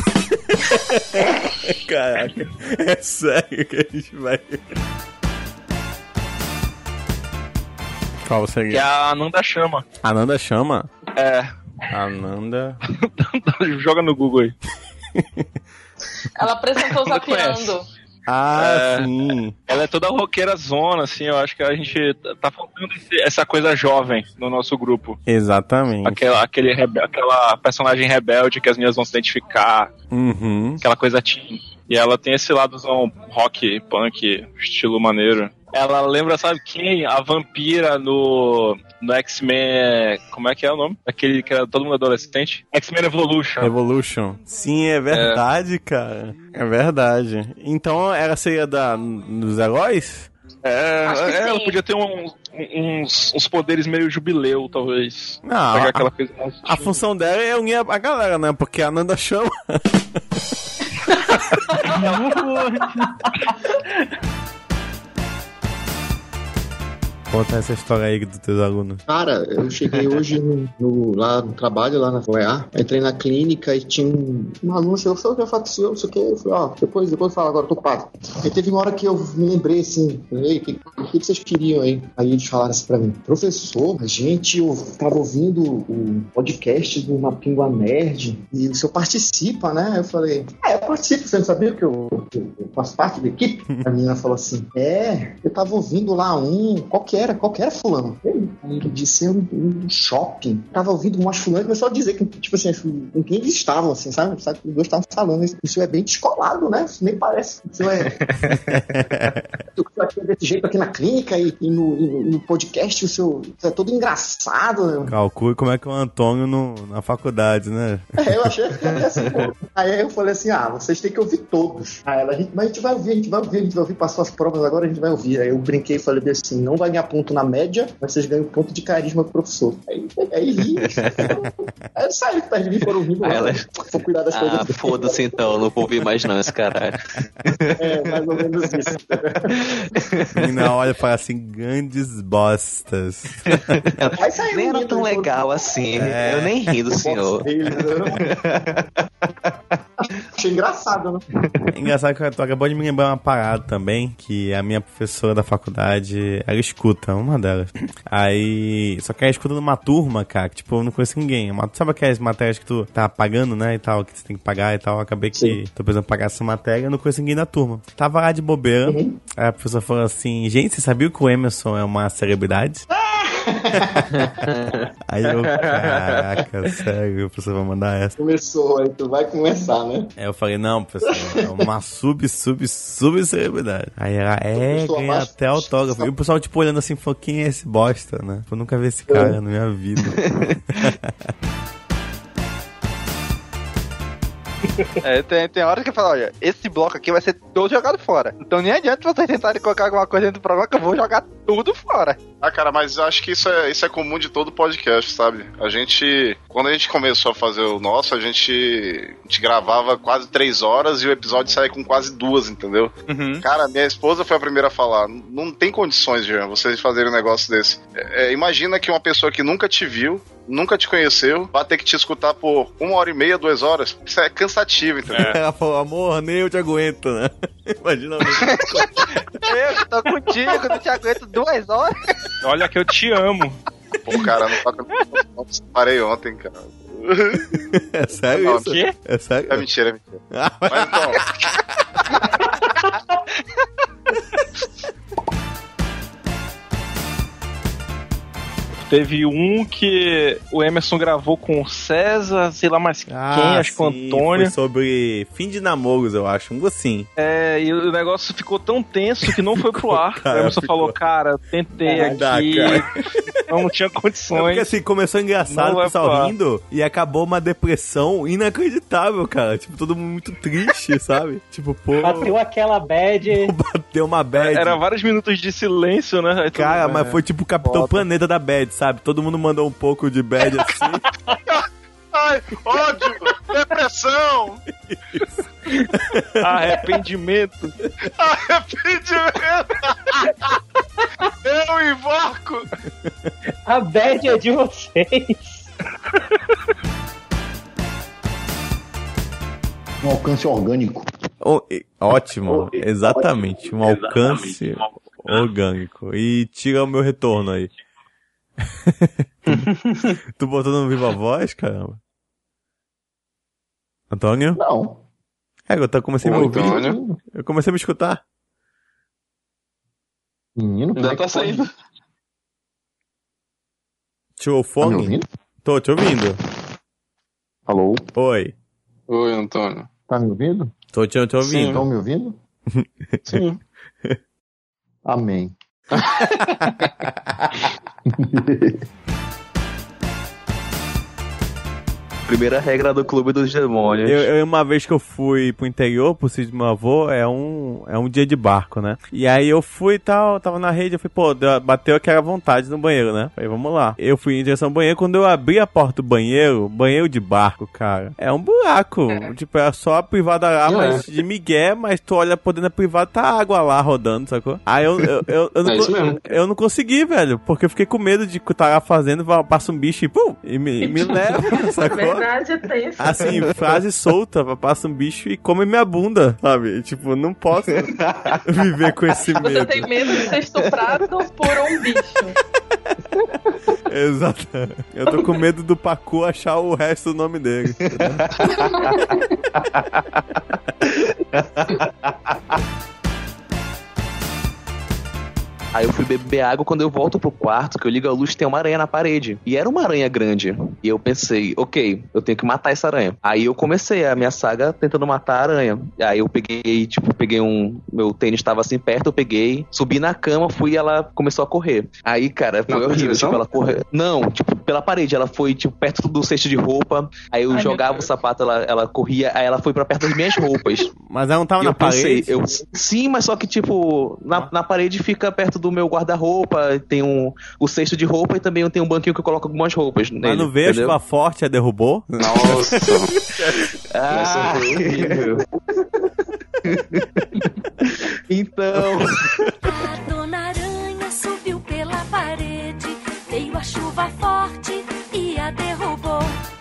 Caraca, é sério que a gente vai... Qual seria? Que é a Ananda Chama. Ananda Chama? É. Ananda... Joga no Google aí. Ela apresentou o Zapeando. Ah, é, sim. Ela é toda roqueira zona, assim, eu acho que a gente tá faltando esse, essa coisa jovem no nosso grupo. Exatamente. Aquela, aquele rebe- aquela personagem rebelde que as minhas vão se identificar. Uhum. Aquela coisa teen. E ela tem esse ladozão rock, punk, estilo maneiro. Ela lembra, sabe quem? A vampira no, no X-Men... Como é que é o nome? Aquele que era todo mundo adolescente? X-Men Evolution. Evolution. Sim, é verdade, é. cara. É verdade. Então ela seria da, dos heróis? É, é ela podia ter um, uns, uns poderes meio jubileu, talvez. Não, Pegar a, aquela coisa mais a função dela é unir a, a galera, né? Porque a Nanda chama. Conta essa história aí dos teus alunos. Cara, eu cheguei hoje no, no, lá no trabalho, lá na U E A, entrei na clínica e tinha um, um aluno, chegou, falou que eu faço não sei o que, eu falei, ó, depois, depois eu falo, agora eu tô ocupado. E teve uma hora que eu me lembrei assim, falei, o que, que, que vocês queriam aí? Aí eles falaram assim pra mim, professor, a gente eu tava ouvindo o podcast do Mapingua Nerd e o senhor participa, né? Eu falei, é, eu participo, você não sabia que eu, que eu faço parte da equipe? A menina falou assim, é, eu tava ouvindo lá um, qual que é? era? Qual que era fulano? Aí ele disse, um, um shopping. Tava ouvindo umas fulanas, começou a dizer que, tipo assim, com quem eles estavam, assim, sabe? Sabe que os dois estavam falando. Isso é bem descolado, né? Isso nem parece. Isso é... Tu aqui desse jeito aqui na clínica e, e, no, e no podcast, o seu... Isso é todo engraçado. Calcule como é que é o Antônio no, na faculdade, né? É, eu achei que era assim, pô. Aí eu falei assim, ah, vocês têm que ouvir todos. Aí ela, a gente, mas a gente vai ouvir, a gente vai ouvir, a gente vai ouvir, passou as provas agora, a gente vai ouvir. Aí eu brinquei e falei assim, não vai ganhar ponto na média, mas vocês ganham ponto de carisma pro professor. Aí, aí ri. Aí eu saí perto de mim, foram ouvindo. Ela... Vou cuidar das ah, coisas. Ah, foda-se então, não vou ouvir mais não esse caralho. É, mais ou menos isso. Menina olha e fala assim, grandes bostas. Nem era tão legal assim, é. Eu nem ri do senhor. Achei engraçado, né? É engraçado que tu acabou de me lembrar uma parada também, que a minha professora da faculdade, ela escuta, uma delas. Aí, só que ela escuta numa turma, cara, que tipo, eu não conheço ninguém. Uma, sabe aquelas matérias que tu tá pagando, né, e tal, que você tem que pagar e tal. Eu acabei que Sim. tô precisando pagar essa matéria, eu não conheço ninguém da turma. Tava lá de bobeira, uhum. Aí a professora falou assim, gente, você sabia que o Emerson é uma celebridade? Aí eu, caraca, sério, o professor vai mandar essa. Começou, aí tu vai começar, né? Aí eu falei, não, professor, é uma sub, sub, sub celebridade. Aí ela, é, ganha até autógrafo. E o pessoal, tipo, olhando assim, falou, quem é esse bosta, né? Eu nunca vi esse cara é. na minha vida. É, tem, tem hora que eu falo, olha, esse bloco aqui vai ser todo jogado fora. Então nem adianta vocês tentarem colocar alguma coisa dentro do programa que eu vou jogar tudo fora. Ah, cara, mas acho que isso é, isso é comum de todo podcast, sabe? A gente, quando a gente começou a fazer o nosso, a gente, a gente gravava quase três horas e o episódio saía com quase duas, entendeu? Uhum. Cara, minha esposa foi a primeira a falar, não tem condições, Jean, vocês fazerem um negócio desse. É, imagina que uma pessoa que nunca te viu, nunca te conheceu, vai ter que te escutar por uma hora e meia, duas horas. Isso é cansativo, entendeu? Ela falou, amor, nem eu te aguento, né? Imagina. Eu tô contigo, não te aguento duas horas. Olha que eu te amo. Pô, cara, não toca no parei ontem, cara. É sério não, isso? O quê? É sério? É mentira, é mentira. Ah, mas então... Teve um que o Emerson gravou com o César, sei lá mais ah, quem, acho que o Antônio. Foi sobre fim de namoros, eu acho, um assim. É, e o negócio ficou tão tenso que não foi pro ar. Cara, o Emerson ficou... falou, cara, eu tentei ah, aqui, não, não tinha condições. É porque assim, começou engraçado, o pessoal rindo, e acabou uma depressão inacreditável, cara. Tipo, todo mundo muito triste, sabe? Tipo, pô... Bateu aquela bad. Bateu uma bad. Era vários minutos de silêncio, né? Aí cara, tudo... mas é. foi tipo o Capitão Foda. Planeta da bad, sabe? Todo mundo mandou um pouco de bad assim. Ai, ódio, depressão. Arrependimento. Arrependimento. Eu invoco. A bad é de vocês. Um alcance orgânico. Oh, ótimo, exatamente. Um alcance exatamente. orgânico. E tira o meu retorno aí. Tu botou no Viva Voz, caramba? Antônio? Não. É, eu comecei a me ouvir. Antônio? Eu comecei a me escutar. Menino, ainda tá saindo. Tirou o fone? Tá Tô te ouvindo. Alô? Oi. Oi, Antônio. Tá me ouvindo? Tô te, te ouvindo. Estão me ouvindo? Sim. Amém. Primeira regra do Clube dos Demônios. Eu, eu, uma vez que eu fui pro interior, pro sítio do meu avô, é um, é um dia de barco, né? E aí eu fui e tal, tava na rede, eu falei, pô, deu, bateu aquela vontade no banheiro, né? Falei, vamos lá. Eu fui em direção ao banheiro, quando eu abri a porta do banheiro, banheiro de barco, cara, é um buraco. É. Tipo, é só a privada lá, é. mas de migué, mas tu olha por dentro da privada, tá água lá rodando, sacou? Aí eu, eu, eu, eu, não, é isso mesmo. eu não consegui, velho, porque eu fiquei com medo de estar lá fazendo, passa um bicho e pum, e me, me leva, sacou? Verdade, é tenso. Assim, frase solta, passa um bicho e come minha bunda, sabe? Tipo, não posso viver com esse medo. Você tem medo de ser estuprado por um bicho. Exato. Eu tô com medo do Pacu achar o resto do nome dele. Aí eu fui beber água, quando eu volto pro quarto, que eu ligo a luz, tem uma aranha na parede. E era uma aranha grande. E eu pensei, ok, eu tenho que matar essa aranha. Aí eu comecei a minha saga tentando matar a aranha. Aí eu peguei, tipo, peguei um... Meu tênis tava assim perto, eu peguei, subi na cama, fui e ela começou a correr. Aí, cara, foi Na horrível. direção? Tipo, ela correu... Não, tipo, pela parede. Ela foi, tipo, perto do cesto de roupa. Aí eu Ai, jogava o sapato, ela, ela corria. Aí ela foi pra perto das minhas roupas. Mas ela não tava E na eu pensei, parede? eu, sim, mas só que, tipo, na, na parede fica perto do meu guarda-roupa, tem um, o cesto de roupa e também eu tenho um banquinho que eu coloco algumas roupas nele. Mas não veio a chuva forte, a derrubou? Nossa. Ah, então... A Dona Aranha subiu pela parede, veio a chuva forte e a derrubou.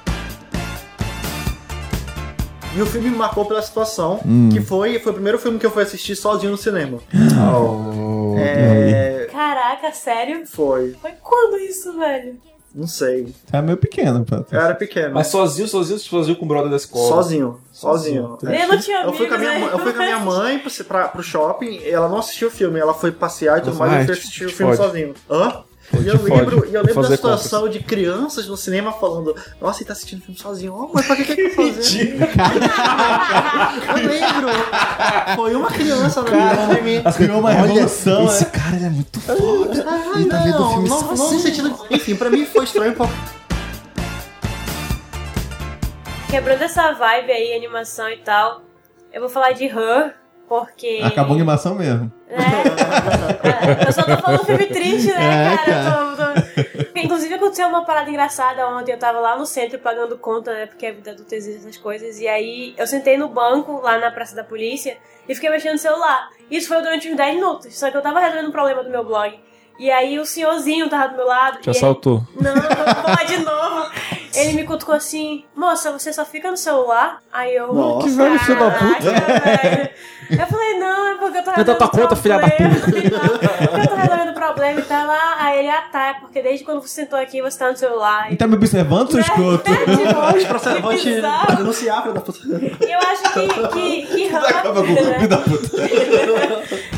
E o filme me marcou pela situação, Hum. que foi, foi o primeiro filme que eu fui assistir sozinho no cinema. Oh, É... Caraca, sério? Foi. Foi quando isso, velho? Não sei. Tá meio pequeno, Pato. Eu era pequeno. Mas sozinho, sozinho, sozinho com o brother da escola? Sozinho, sozinho. Sozinho. Eu não tinha eu fui com a minha, amigos, mãe- eu fui com a minha mãe pra, pra, pro shopping, ela não assistiu o filme, ela foi passear e tudo mais, Ah, eu fui te- assistir o te filme fode. sozinho. Hã? E Te eu fode. lembro, e eu lembro da Fazer situação de crianças no cinema falando: nossa, ele tá assistindo filme sozinho. Oh, mas pra que que ele tá fazendo? Eu lembro. Foi uma criança na Cara, minha ela criou uma Olha, revolução, esse né? cara ele é muito foda. Ah, Ele tá vendo o não, filme não, não sozinho. no sentido. Enfim, pra mim foi estranho. Pra... Quebrando essa vibe aí, animação e tal, eu vou falar de Her, porque... Acabou a animação mesmo. Eu só tô falando filme triste, né, É, cara? cara. Eu tô- tô- Inclusive aconteceu uma parada engraçada ontem, eu tava lá no centro pagando conta, né, porque a vida adulta exige essas coisas, e aí eu sentei no banco, lá na Praça da Polícia, e fiquei mexendo no celular. Isso foi durante uns dez minutos, só que eu tava resolvendo um problema do meu blog. E aí o senhorzinho tava do meu lado. Te e ele- assaltou. Não, vou falar de novo. Ele me cutucou assim: moça, você só fica no celular? Aí eu. Nossa. Que velho filho da puta. velho. Eu falei: não, é porque eu tô Cadê resolvendo tua conta, filha da problema. puta? Eu tô resolvendo problema e tá lá. Aí ele: ah, tá, é porque desde quando você sentou aqui você tá no celular. Ele tá me observando, seu escroto? Os processos vão te bizarro. denunciar, filho da puta. E eu acho que. que, que Acaba com o né? filho da puta.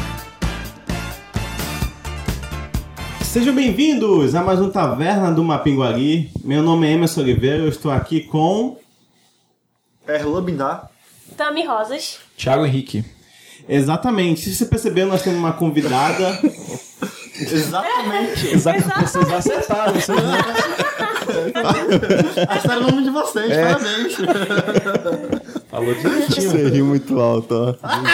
Sejam bem-vindos a mais um Taverna do Mapinguari. Meu nome é Emerson Oliveira, eu estou aqui com... Erlan Bindá. Tami Rosas. Thiago Henrique. Exatamente. Se você percebeu, nós temos uma convidada. Exatamente. Exatamente. Vocês acertaram. Vocês Acertaram o nome de vocês, É. parabéns. Falou direitinho. Você riu muito alto, ó.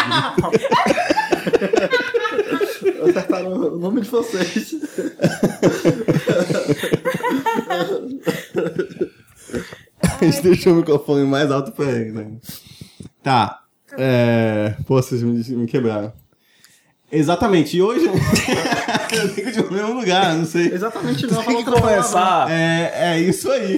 Acertaram o nome de vocês. A gente deixou o microfone mais alto pra ele, né? Tá. É... Pô, vocês me, me quebraram. Exatamente. E hoje... eu fico de no mesmo lugar, não sei. Exatamente, não. Tem que começar. É, é isso aí.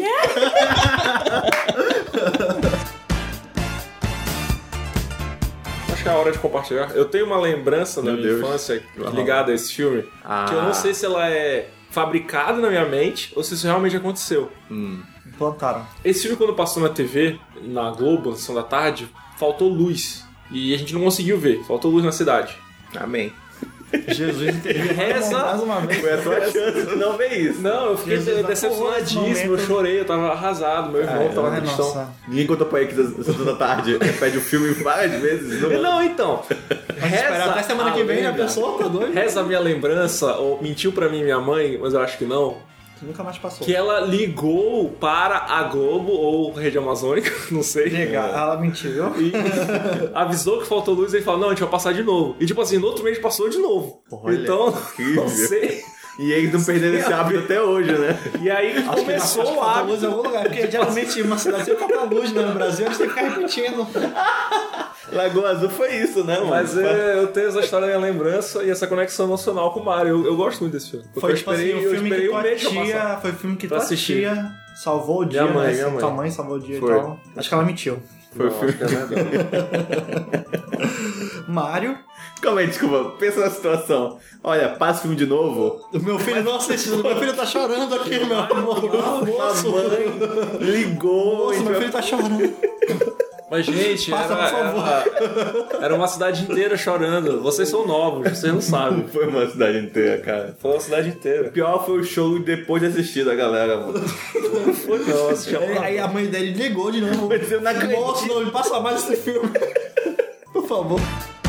Acho que é a hora de compartilhar. Eu tenho uma lembrança da Meu minha Deus. infância Uhum. ligada a esse filme, Ah. que eu não sei se ela é fabricada na minha mente ou se isso realmente aconteceu. Implantaram. Esse filme, quando passou na T V, na Globo, na sessão da tarde, faltou luz. E a gente não conseguiu ver. Faltou luz na cidade. Amém. Jesus interviu Reza mais uma vez. Foi a tua chance de não ver isso. Não, eu fiquei Jesus decepcionadíssimo, apurou eu esse chorei, eu tava arrasado, meu irmão É, tava nossa. tristão. Ninguém contou pra ele que da Sessão da Tarde pede o filme várias vezes. Não, Não, então. esperar até semana que vem, a pessoa tá doida. Reza a minha lembrança, ou mentiu pra mim minha mãe, mas eu acho que não. Nunca mais passou. Que ela ligou para a Globo ou Rede Amazônica, não sei. Legal, ela mentiu, viu? E avisou que faltou luz e ele falou, não, a gente vai passar de novo. E tipo assim, no outro mês passou de novo. Olha, então, incrível. não sei. E eles não perderam esse hábito até hoje, né? E aí Acho que começou acho que o falta hábito. luz em algum lugar, porque geralmente uma cidade sempre falta luz, né? No Brasil, eles têm que ficar repetindo. Lagoa Azul foi isso, né, mano? Mas é, eu tenho essa história na minha lembrança e essa conexão emocional com o Mario. Eu, eu gosto muito desse filme. Porque Foi eu tipo esperei, assim, o eu filme que esperei tua um mês pra tia, passar. foi o filme que pra tua assistir. tia salvou o dia, Minha mãe, né? minha mãe. Tua mãe salvou o dia Foi. e tal. Acho que ela mentiu. Foi o Não, filme. acho que é verdade. Mário. Calma aí, desculpa. Pensa na situação. Olha, passa o filme de novo. O meu filho não assistiu. Meu filho tá chorando aqui, meu amor. A mãe ligou. Moço, meu filho tá chorando. Mas, gente, Passa, era, por favor. era, era uma cidade inteira chorando. Vocês são novos, vocês não sabem. Foi uma cidade inteira, cara. Foi uma cidade inteira. O pior foi o show depois de assistir da galera, mano. Não foi não, assistiu Aí, aí a mãe dele ligou de novo. Eu não acredito. Nossa, não, me passa mais esse filme. Por favor.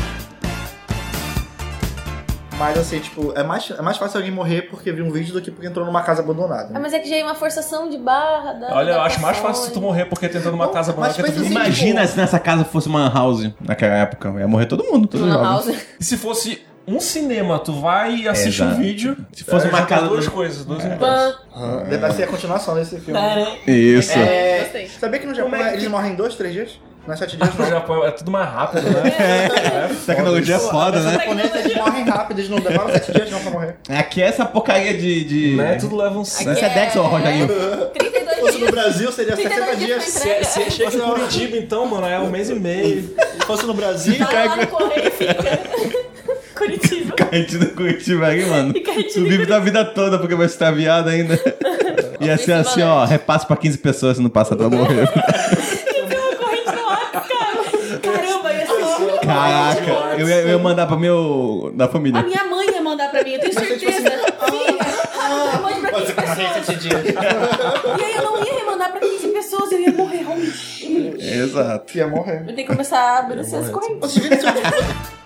Mas assim, tipo, é mais, é mais fácil alguém morrer porque viu um vídeo do que porque entrou numa casa abandonada. Ah, mas é que já é uma forçação de barra. Da, Olha, eu da acho mais pessoa, fácil tu morrer porque tu entrou numa casa abandonada. Mas assim, imagina se nessa casa fosse uma house naquela época. Ia morrer todo mundo, todo mundo. E se fosse um cinema, tu vai e assiste Exato. um vídeo. Se fosse é, uma junta casa- duas coisas, duas É. universos. Ah, deve ser a continuação desse filme. Isso. É, Gostei. sabia que no Japão Como é que- eles morrem em dois, três dias? Não é sete dias, No não. Japão é tudo mais rápido, né? É, tecnologia é foda, Os né? japoneses eles morrem rápido, eles não demoram sete dias não pra morrer. Aqui é essa porcaria de. de... Né? Tudo leva um Isso é Dex ou Rogerinho? trinta e dois Se fosse dias. no Brasil, seria trinta e dois sessenta dias. dias pra entrega. Se, se chega em Curitiba, então, mano, é um mês e meio. Se fosse no Brasil, Tá lá no correio e fica. Curitiba. Carretinho do Curitiba aí, mano. E carretinho Tu vive da vida toda porque vai estar viado ainda. Ia ser assim, ó, repasse pra quinze pessoas se não passar pra morrer. E tem uma corrente no ar, cara. Caramba, ia ser. Caraca, eu ia, eu ia mandar pra meu. da família. A minha mãe ia mandar pra mim, eu tenho certeza. Filha, rápido, mande pra quinze pessoas. E aí eu não ia remandar pra quinze pessoas, eu ia morrer. Exato. ia morrer. Eu tenho que começar a abrir as correntes. Vocês viram esse vídeo?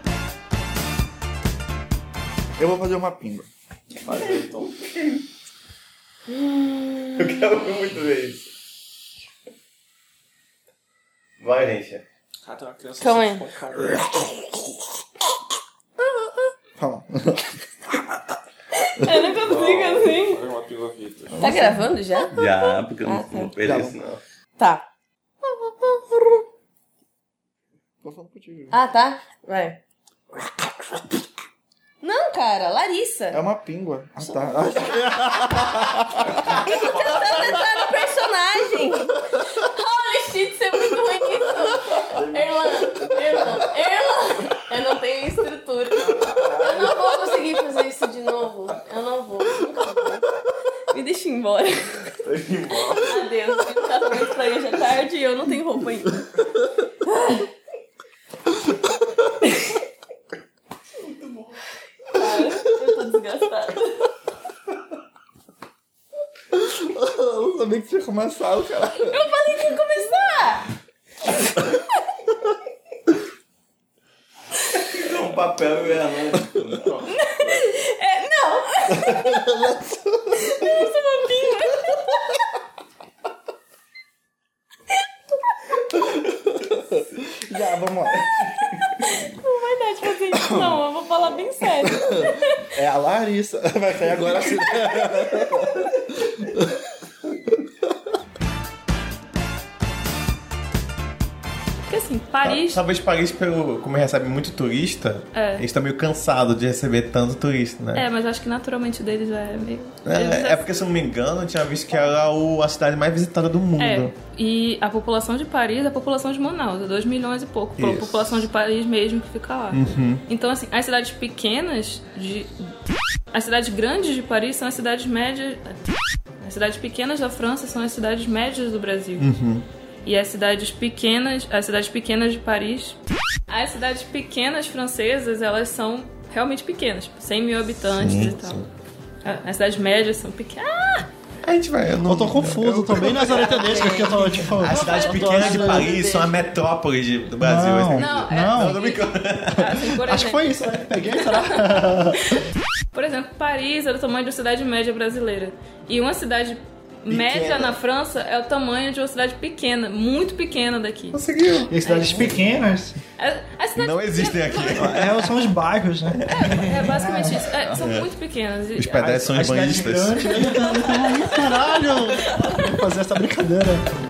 Eu vou fazer uma pinga. Eu quero muito ver isso. Vai, gente. Cara, tem uma criança Calma aí. assim, com cara. Calma. Eu não consigo assim. Olha uma pílula aqui. Tá gravando já? Já, porque eu Ah, não tá. vou perder isso, não. Tá. Tô falando contigo. Ah, tá? Vai. Não, cara, Larissa. É uma píngua. Ah, tá. Eu tô tentando entrar no personagem. Holy shit, você é muito ruim nisso. Erlan, Erlan, Erlan. Eu não tenho estrutura. Eu não vou conseguir fazer isso de novo. Eu não vou. Nunca vou. Me deixa ir embora. Adeus. Tá muito pra hoje à tarde e eu não tenho roupa ainda. Cara, eu tô desgastada. Eu não sabia que tinha começado, cara. Eu falei que ia começar! Um papel e ela. É, não! Eu sou uma pinga! Já, vamos lá. Não vai dar de fazer isso, não. Eu vou falar bem sério. É a Larissa. Vai sair agora assim. Porque assim, Paris. Talvez Paris, pelo, como recebe muito turista, É. eles estão meio cansados de receber tanto turista, né? É, mas acho que naturalmente deles já é meio. É, é porque, se eu não me engano, eu tinha visto que era o, a cidade mais visitada do mundo. É, e a população de Paris é a população de Manaus, é dois milhões e pouco. A Isso. população de Paris mesmo que fica lá. Uhum. Então, assim, as cidades pequenas de. As cidades grandes de Paris são as cidades médias. As cidades pequenas da França são as cidades médias do Brasil. Uhum. E as cidades pequenas, as cidades pequenas de Paris, as cidades pequenas francesas, elas são realmente pequenas, tipo, cem mil habitantes Sim, e tal. As cidades médias são pequenas. Ah! A gente vai. Eu, não, Eu tô confuso, tô bem nas horas porque eu tô tipo. A cidade pequena de Paris são a metrópole de- do Brasil. Não, assim. Não, é- não. tô brincando. Assim, por Acho que exemplo, foi isso, né? Peguei, será? por exemplo, Paris é do tamanho de uma cidade média brasileira. E uma cidade média na França é o tamanho de uma cidade pequena, muito pequena daqui. Conseguiu. E cidades pequenas. É, as cidades Não existem aqui. É, são os bairros, né? É basicamente isso. É, são muito pequenas. E- Os pedestres são os banhistas. Ai, caralho! Vou fazer essa brincadeira.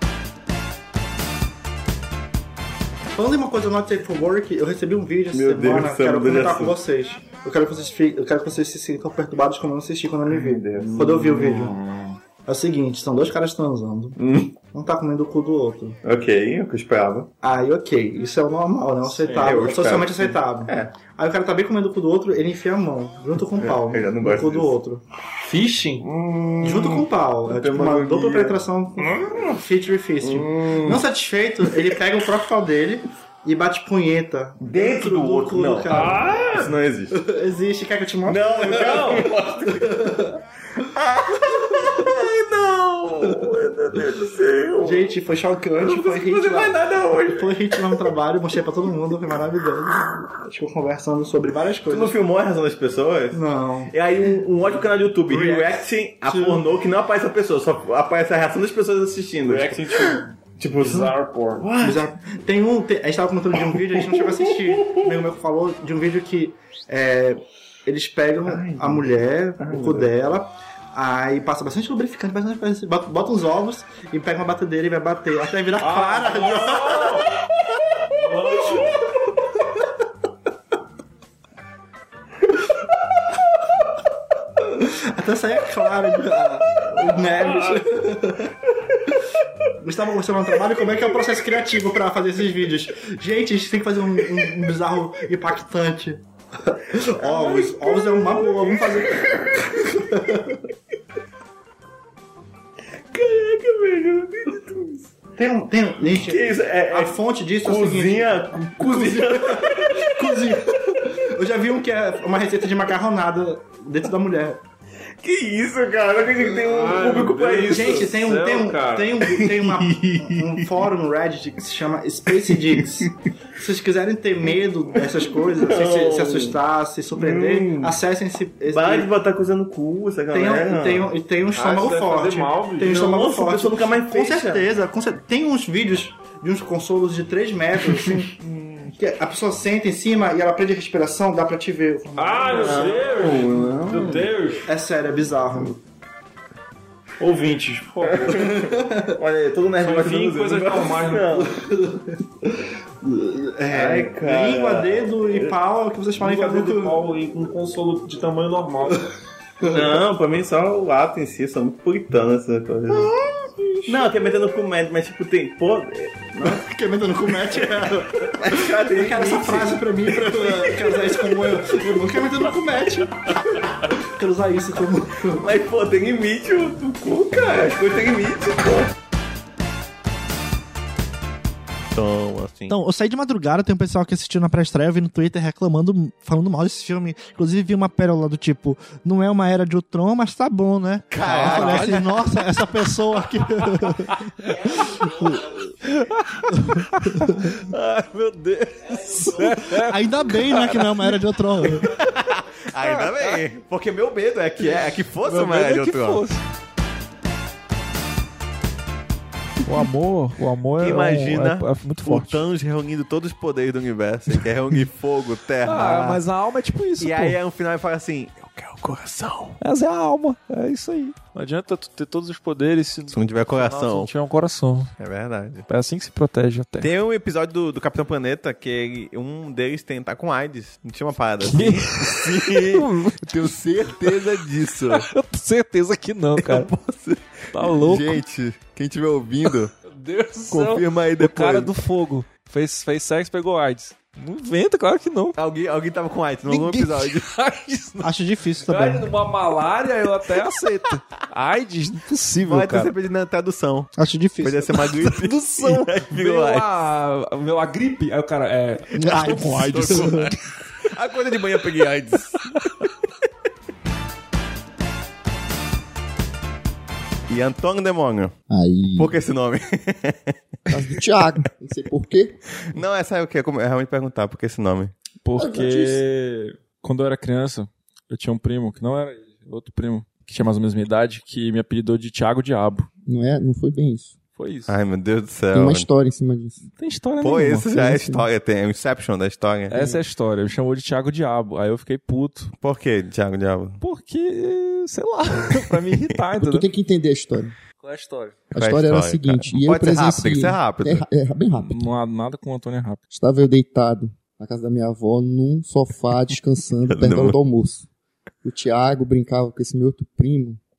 Falando em uma coisa not safe for work, eu recebi um vídeo essa Meu semana, Deus, quero mudou de comentar com assunto. vocês. Eu quero que vocês, fi- eu quero que vocês se sintam perturbados como eu não assisti quando eu me vi. Quando eu vi o vídeo. É o seguinte, são dois caras transando. Hum. Um tá comendo o cu do outro. Ok, o que eu esperava. Aí, ok. Isso é o normal, né? O aceitável. eu É socialmente espero. aceitável. É. Aí o cara tá bem comendo o cu do outro, ele enfia a mão, junto com o pau, Eu já não no gosto cu do disso. outro. Fishing? Hum, Junto com o pau. É tipo uma demagogia. dupla penetração feature fist. Hum. Não satisfeito, ele pega o próprio pau dele e bate punheta Dentro do outro, cu não. do cara. Ah, isso não existe. Existe, quer que eu te mostre? Não, não. Ai, não! Meu Deus do céu! Gente, foi chocante, Não foi consigo hit fazer mais lá. nada hoje. Foi hit lá no trabalho, mostrei pra todo mundo, foi maravilhoso. A gente ficou conversando sobre várias Tu coisas. não filmou a reação das pessoas? Não. E aí um, um ótimo canal do YouTube, React Reacting a to- pornô que não aparece a pessoa, só aparece a reação das pessoas assistindo. Reacting tipo, to tipo bizarre porn. Bizarro. Tem um. Tem, a gente tava comentando de um vídeo, a gente não chegou a assistir. O amigo meu falou de um vídeo que é, eles pegam Ai, a mulher, Ai, o cu dela, aí passa bastante lubrificante, bastante, bota, bota uns ovos e pega uma batedeira e vai bater. Até virar clara. Até sair clara os nervos. Gustavo, você não trabalha? Como é que é o processo criativo pra fazer esses vídeos? Gente, a gente tem que fazer um, um- um bizarro impactante. Ovos, ovos é uma boa, vamos fazer. Caraca, velho, eu não acredito nisso. Tem um. Tem, um- gente, Que isso? É, a é fonte disso é o cozinha, seguinte. cozinha. Cozinha. Eu já vi um que é uma receita de macarronada dentro da mulher. Que isso, cara? Não acredito que tem um Ai, público pra meu Deus isso. Gente, tem um, céu, tem um, cara. tem um, tem uma, um fórum no Reddit que se chama Space Digs. Se vocês quiserem ter medo dessas coisas, assim, se, se assustar, se surpreender, Hum. acessem esse. esse Para de botar coisa no cu, essa tem, galera. um, tem, um, e tem um estômago isso deve forte. fazer mal, bicho. tem um estômago Nossa, a forte. pessoa nunca mais Com fecha. certeza, com cer- tem uns vídeos de uns consolos de três metros, assim, que a pessoa senta em cima e ela prende a respiração, dá pra te ver. Ai, meu Deus! Não. Meu Deus! É sério, é bizarro. Ouvintes, por favor. Olha aí, todo nerd Só vai enfim, fazendo coisas isso. normais. É, Ai, cara. língua, dedo e pau que vocês podem Língua, fazer dedo com e pau e um consolo de tamanho normal. Não, pra mim só o ato em si, são muito puritano essa coisa. Não, quer meter no cu médio, mas tipo, tem. Pô. Quer meter no cu mete? Cara, Eu quero essa frase pra mim, pra eu quero usar isso como eu. Eu não quero meter no cu mete. Quero usar isso como. Mas pô, tem limite o, o cu, cara. As coisas têm limite, pô. Então, assim. Então, eu saí de madrugada, tem um pessoal que assistiu na pré-estreia, eu vi no Twitter reclamando, falando mal desse filme. Inclusive vi uma pérola do tipo, não é uma era de Ultron, mas tá bom, né? Caraca. Eu falei assim, nossa, essa pessoa aqui... Ai, meu Deus. Ainda bem, né, que não é uma era de Ultron. Ainda bem. Porque meu medo é que, é, é que fosse Meu uma medo era de é que Ultron. fosse. O amor, o amor é, Imagina um, é, é muito o forte. Thanos reunindo todos os poderes do universo. Ele quer reunir fogo, terra. Ah, ar. mas a alma é tipo isso, E pô. aí, no final, ele fala assim: eu quero o coração. Essa é a alma, é isso aí. Não adianta tu ter todos os poderes se, Se não tiver coração. Se não tiver um coração. É verdade. É assim que se protege até. Tem um episódio do, do Capitão Planeta que ele- um deles tem tá com AIDS. Não tinha uma parada assim? Sim, eu tenho certeza disso. Eu tenho certeza que não, cara. Tá louco. Gente, quem estiver ouvindo, Deus do céu. confirma aí O depois. cara do fogo fez, fez sexo, pegou AIDS. Não inventa, claro que não. Alguém, alguém tava com AIDS no algum Ninguém episódio. AIDS, não. Acho difícil Cara, também. numa malária eu até aceito. AIDS, impossível, Vai ter cara. sempre na tradução. Acho difícil. Podia ser uma gripe. Tradução. E aí virou Veio AIDS. a, veio a gripe, aí o cara é... Ai, com AIDS. A coisa de manhã eu peguei AIDS. E Antônio Demônio. Aí. Por que esse nome? Por causa do Thiago. Não sei por quê. Não, essa é o que eu ia realmente perguntar. Por que esse nome? Porque quando eu era criança, eu tinha um primo, que não era ele, outro primo, que tinha mais ou menos a mesma idade, que me apelidou de Thiago Diabo. Não, é, não foi bem isso. Foi isso. Ai, meu Deus do céu. Tem uma história em cima disso. Tem história Pô, nenhuma. isso já é Sim, sim. história. Tem o Inception da história. Essa é a história. Me chamou de Thiago Diabo. Aí eu fiquei puto. Por que, Thiago Diabo? Porque, sei lá, pra me irritar, Tu entendeu? tem que entender a história. Qual é a história? A Qual é a história era a história, seguinte. cara? E eu Pode ser rápido, presenciei. tem que ser rápido. É, ra- é bem rápido. Não há nada com o Antônio Rápido. Estava eu deitado na casa da minha avó, num sofá, descansando, perto da hora do almoço. O Thiago brincava com esse meu outro primo,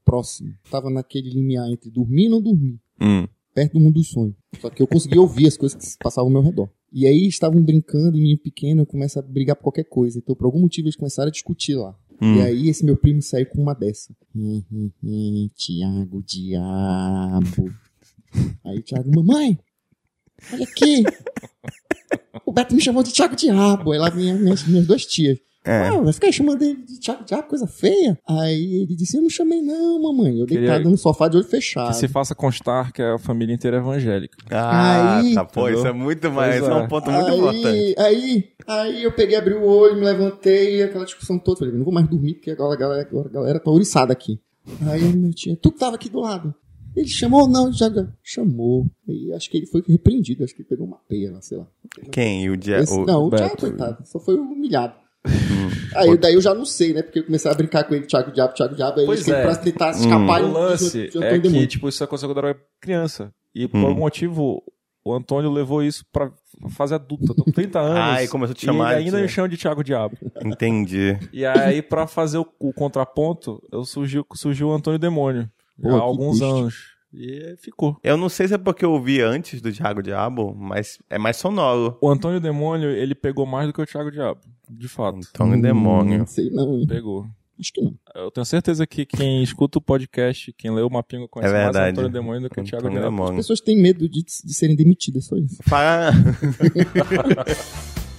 próximo. Tava naquele limiar entre dormir e não dormir. Hum. Perto do mundo dos sonhos. Só que eu conseguia ouvir as coisas que se passavam ao meu redor. E aí estavam brincando, e menino pequeno começa a brigar por qualquer coisa. Então, por algum motivo, eles começaram a discutir lá. Hum. E aí, esse meu primo saiu com uma dessa. Hum, hum, hum, Tiago, diabo. Aí o Tiago, mamãe, olha aqui. O Beto me chamou de Tiago Diabo. Aí lá vinha minhas, minhas duas tias. É. Ah, vai ficar chamando ele de Tiago Diabo, coisa feia. Aí ele disse, eu não chamei não, mamãe. Eu Queria- deitado no sofá de olho fechado. Que se faça constar que a família inteira é evangélica. Ah, Aí- tá, pô, isso é muito mais, Pois isso é é. um ponto muito aí, importante. Aí, aí eu peguei, abri o olho, me levantei, aquela discussão toda. Falei, não vou mais dormir, porque agora a galera, agora a galera tá ouriçada aqui. Aí meu tio, tu que tava aqui do lado. Ele chamou ou não? Já chamou. E acho que ele foi repreendido, acho que ele pegou uma peia lá, sei lá. Quem? O dia. Esse- o... não, o Beto. Thiago, coitado, só foi humilhado. Aí daí eu já não sei, né? Porque eu comecei a brincar com ele, Thiago Diabo, Thiago Diabo, aí Pois acho que é. pra tentar escapar O ele lance de- de é Antônio que, Demônio. tipo, isso aconteceu quando eu era criança. E por Hum. algum motivo, o Antônio levou isso pra fase adulta. Eu tô com trinta anos. Ah, e começou a te chamar E ele ainda de- me chama de Thiago Diabo. Entendi. E aí, pra fazer o, o contraponto, eu surgiu, surgiu o Antônio Demônio. Pô, há que alguns triste. anos. E ficou. Eu não sei se é porque eu ouvi antes do Thiago Diabo, mas é mais sonoro. O Antônio Demônio, ele pegou mais do que o Thiago Diabo. De fato. Antônio Hum, Demônio. Não sei não, hein? Pegou. Acho que não. Eu tenho certeza que quem escuta o podcast, quem lê o Mapinga conhece É mais o verdade. Antônio Demônio do que o Thiago Antônio Diabo. Demônio. As pessoas têm medo de, de serem demitidas, só isso. Fala.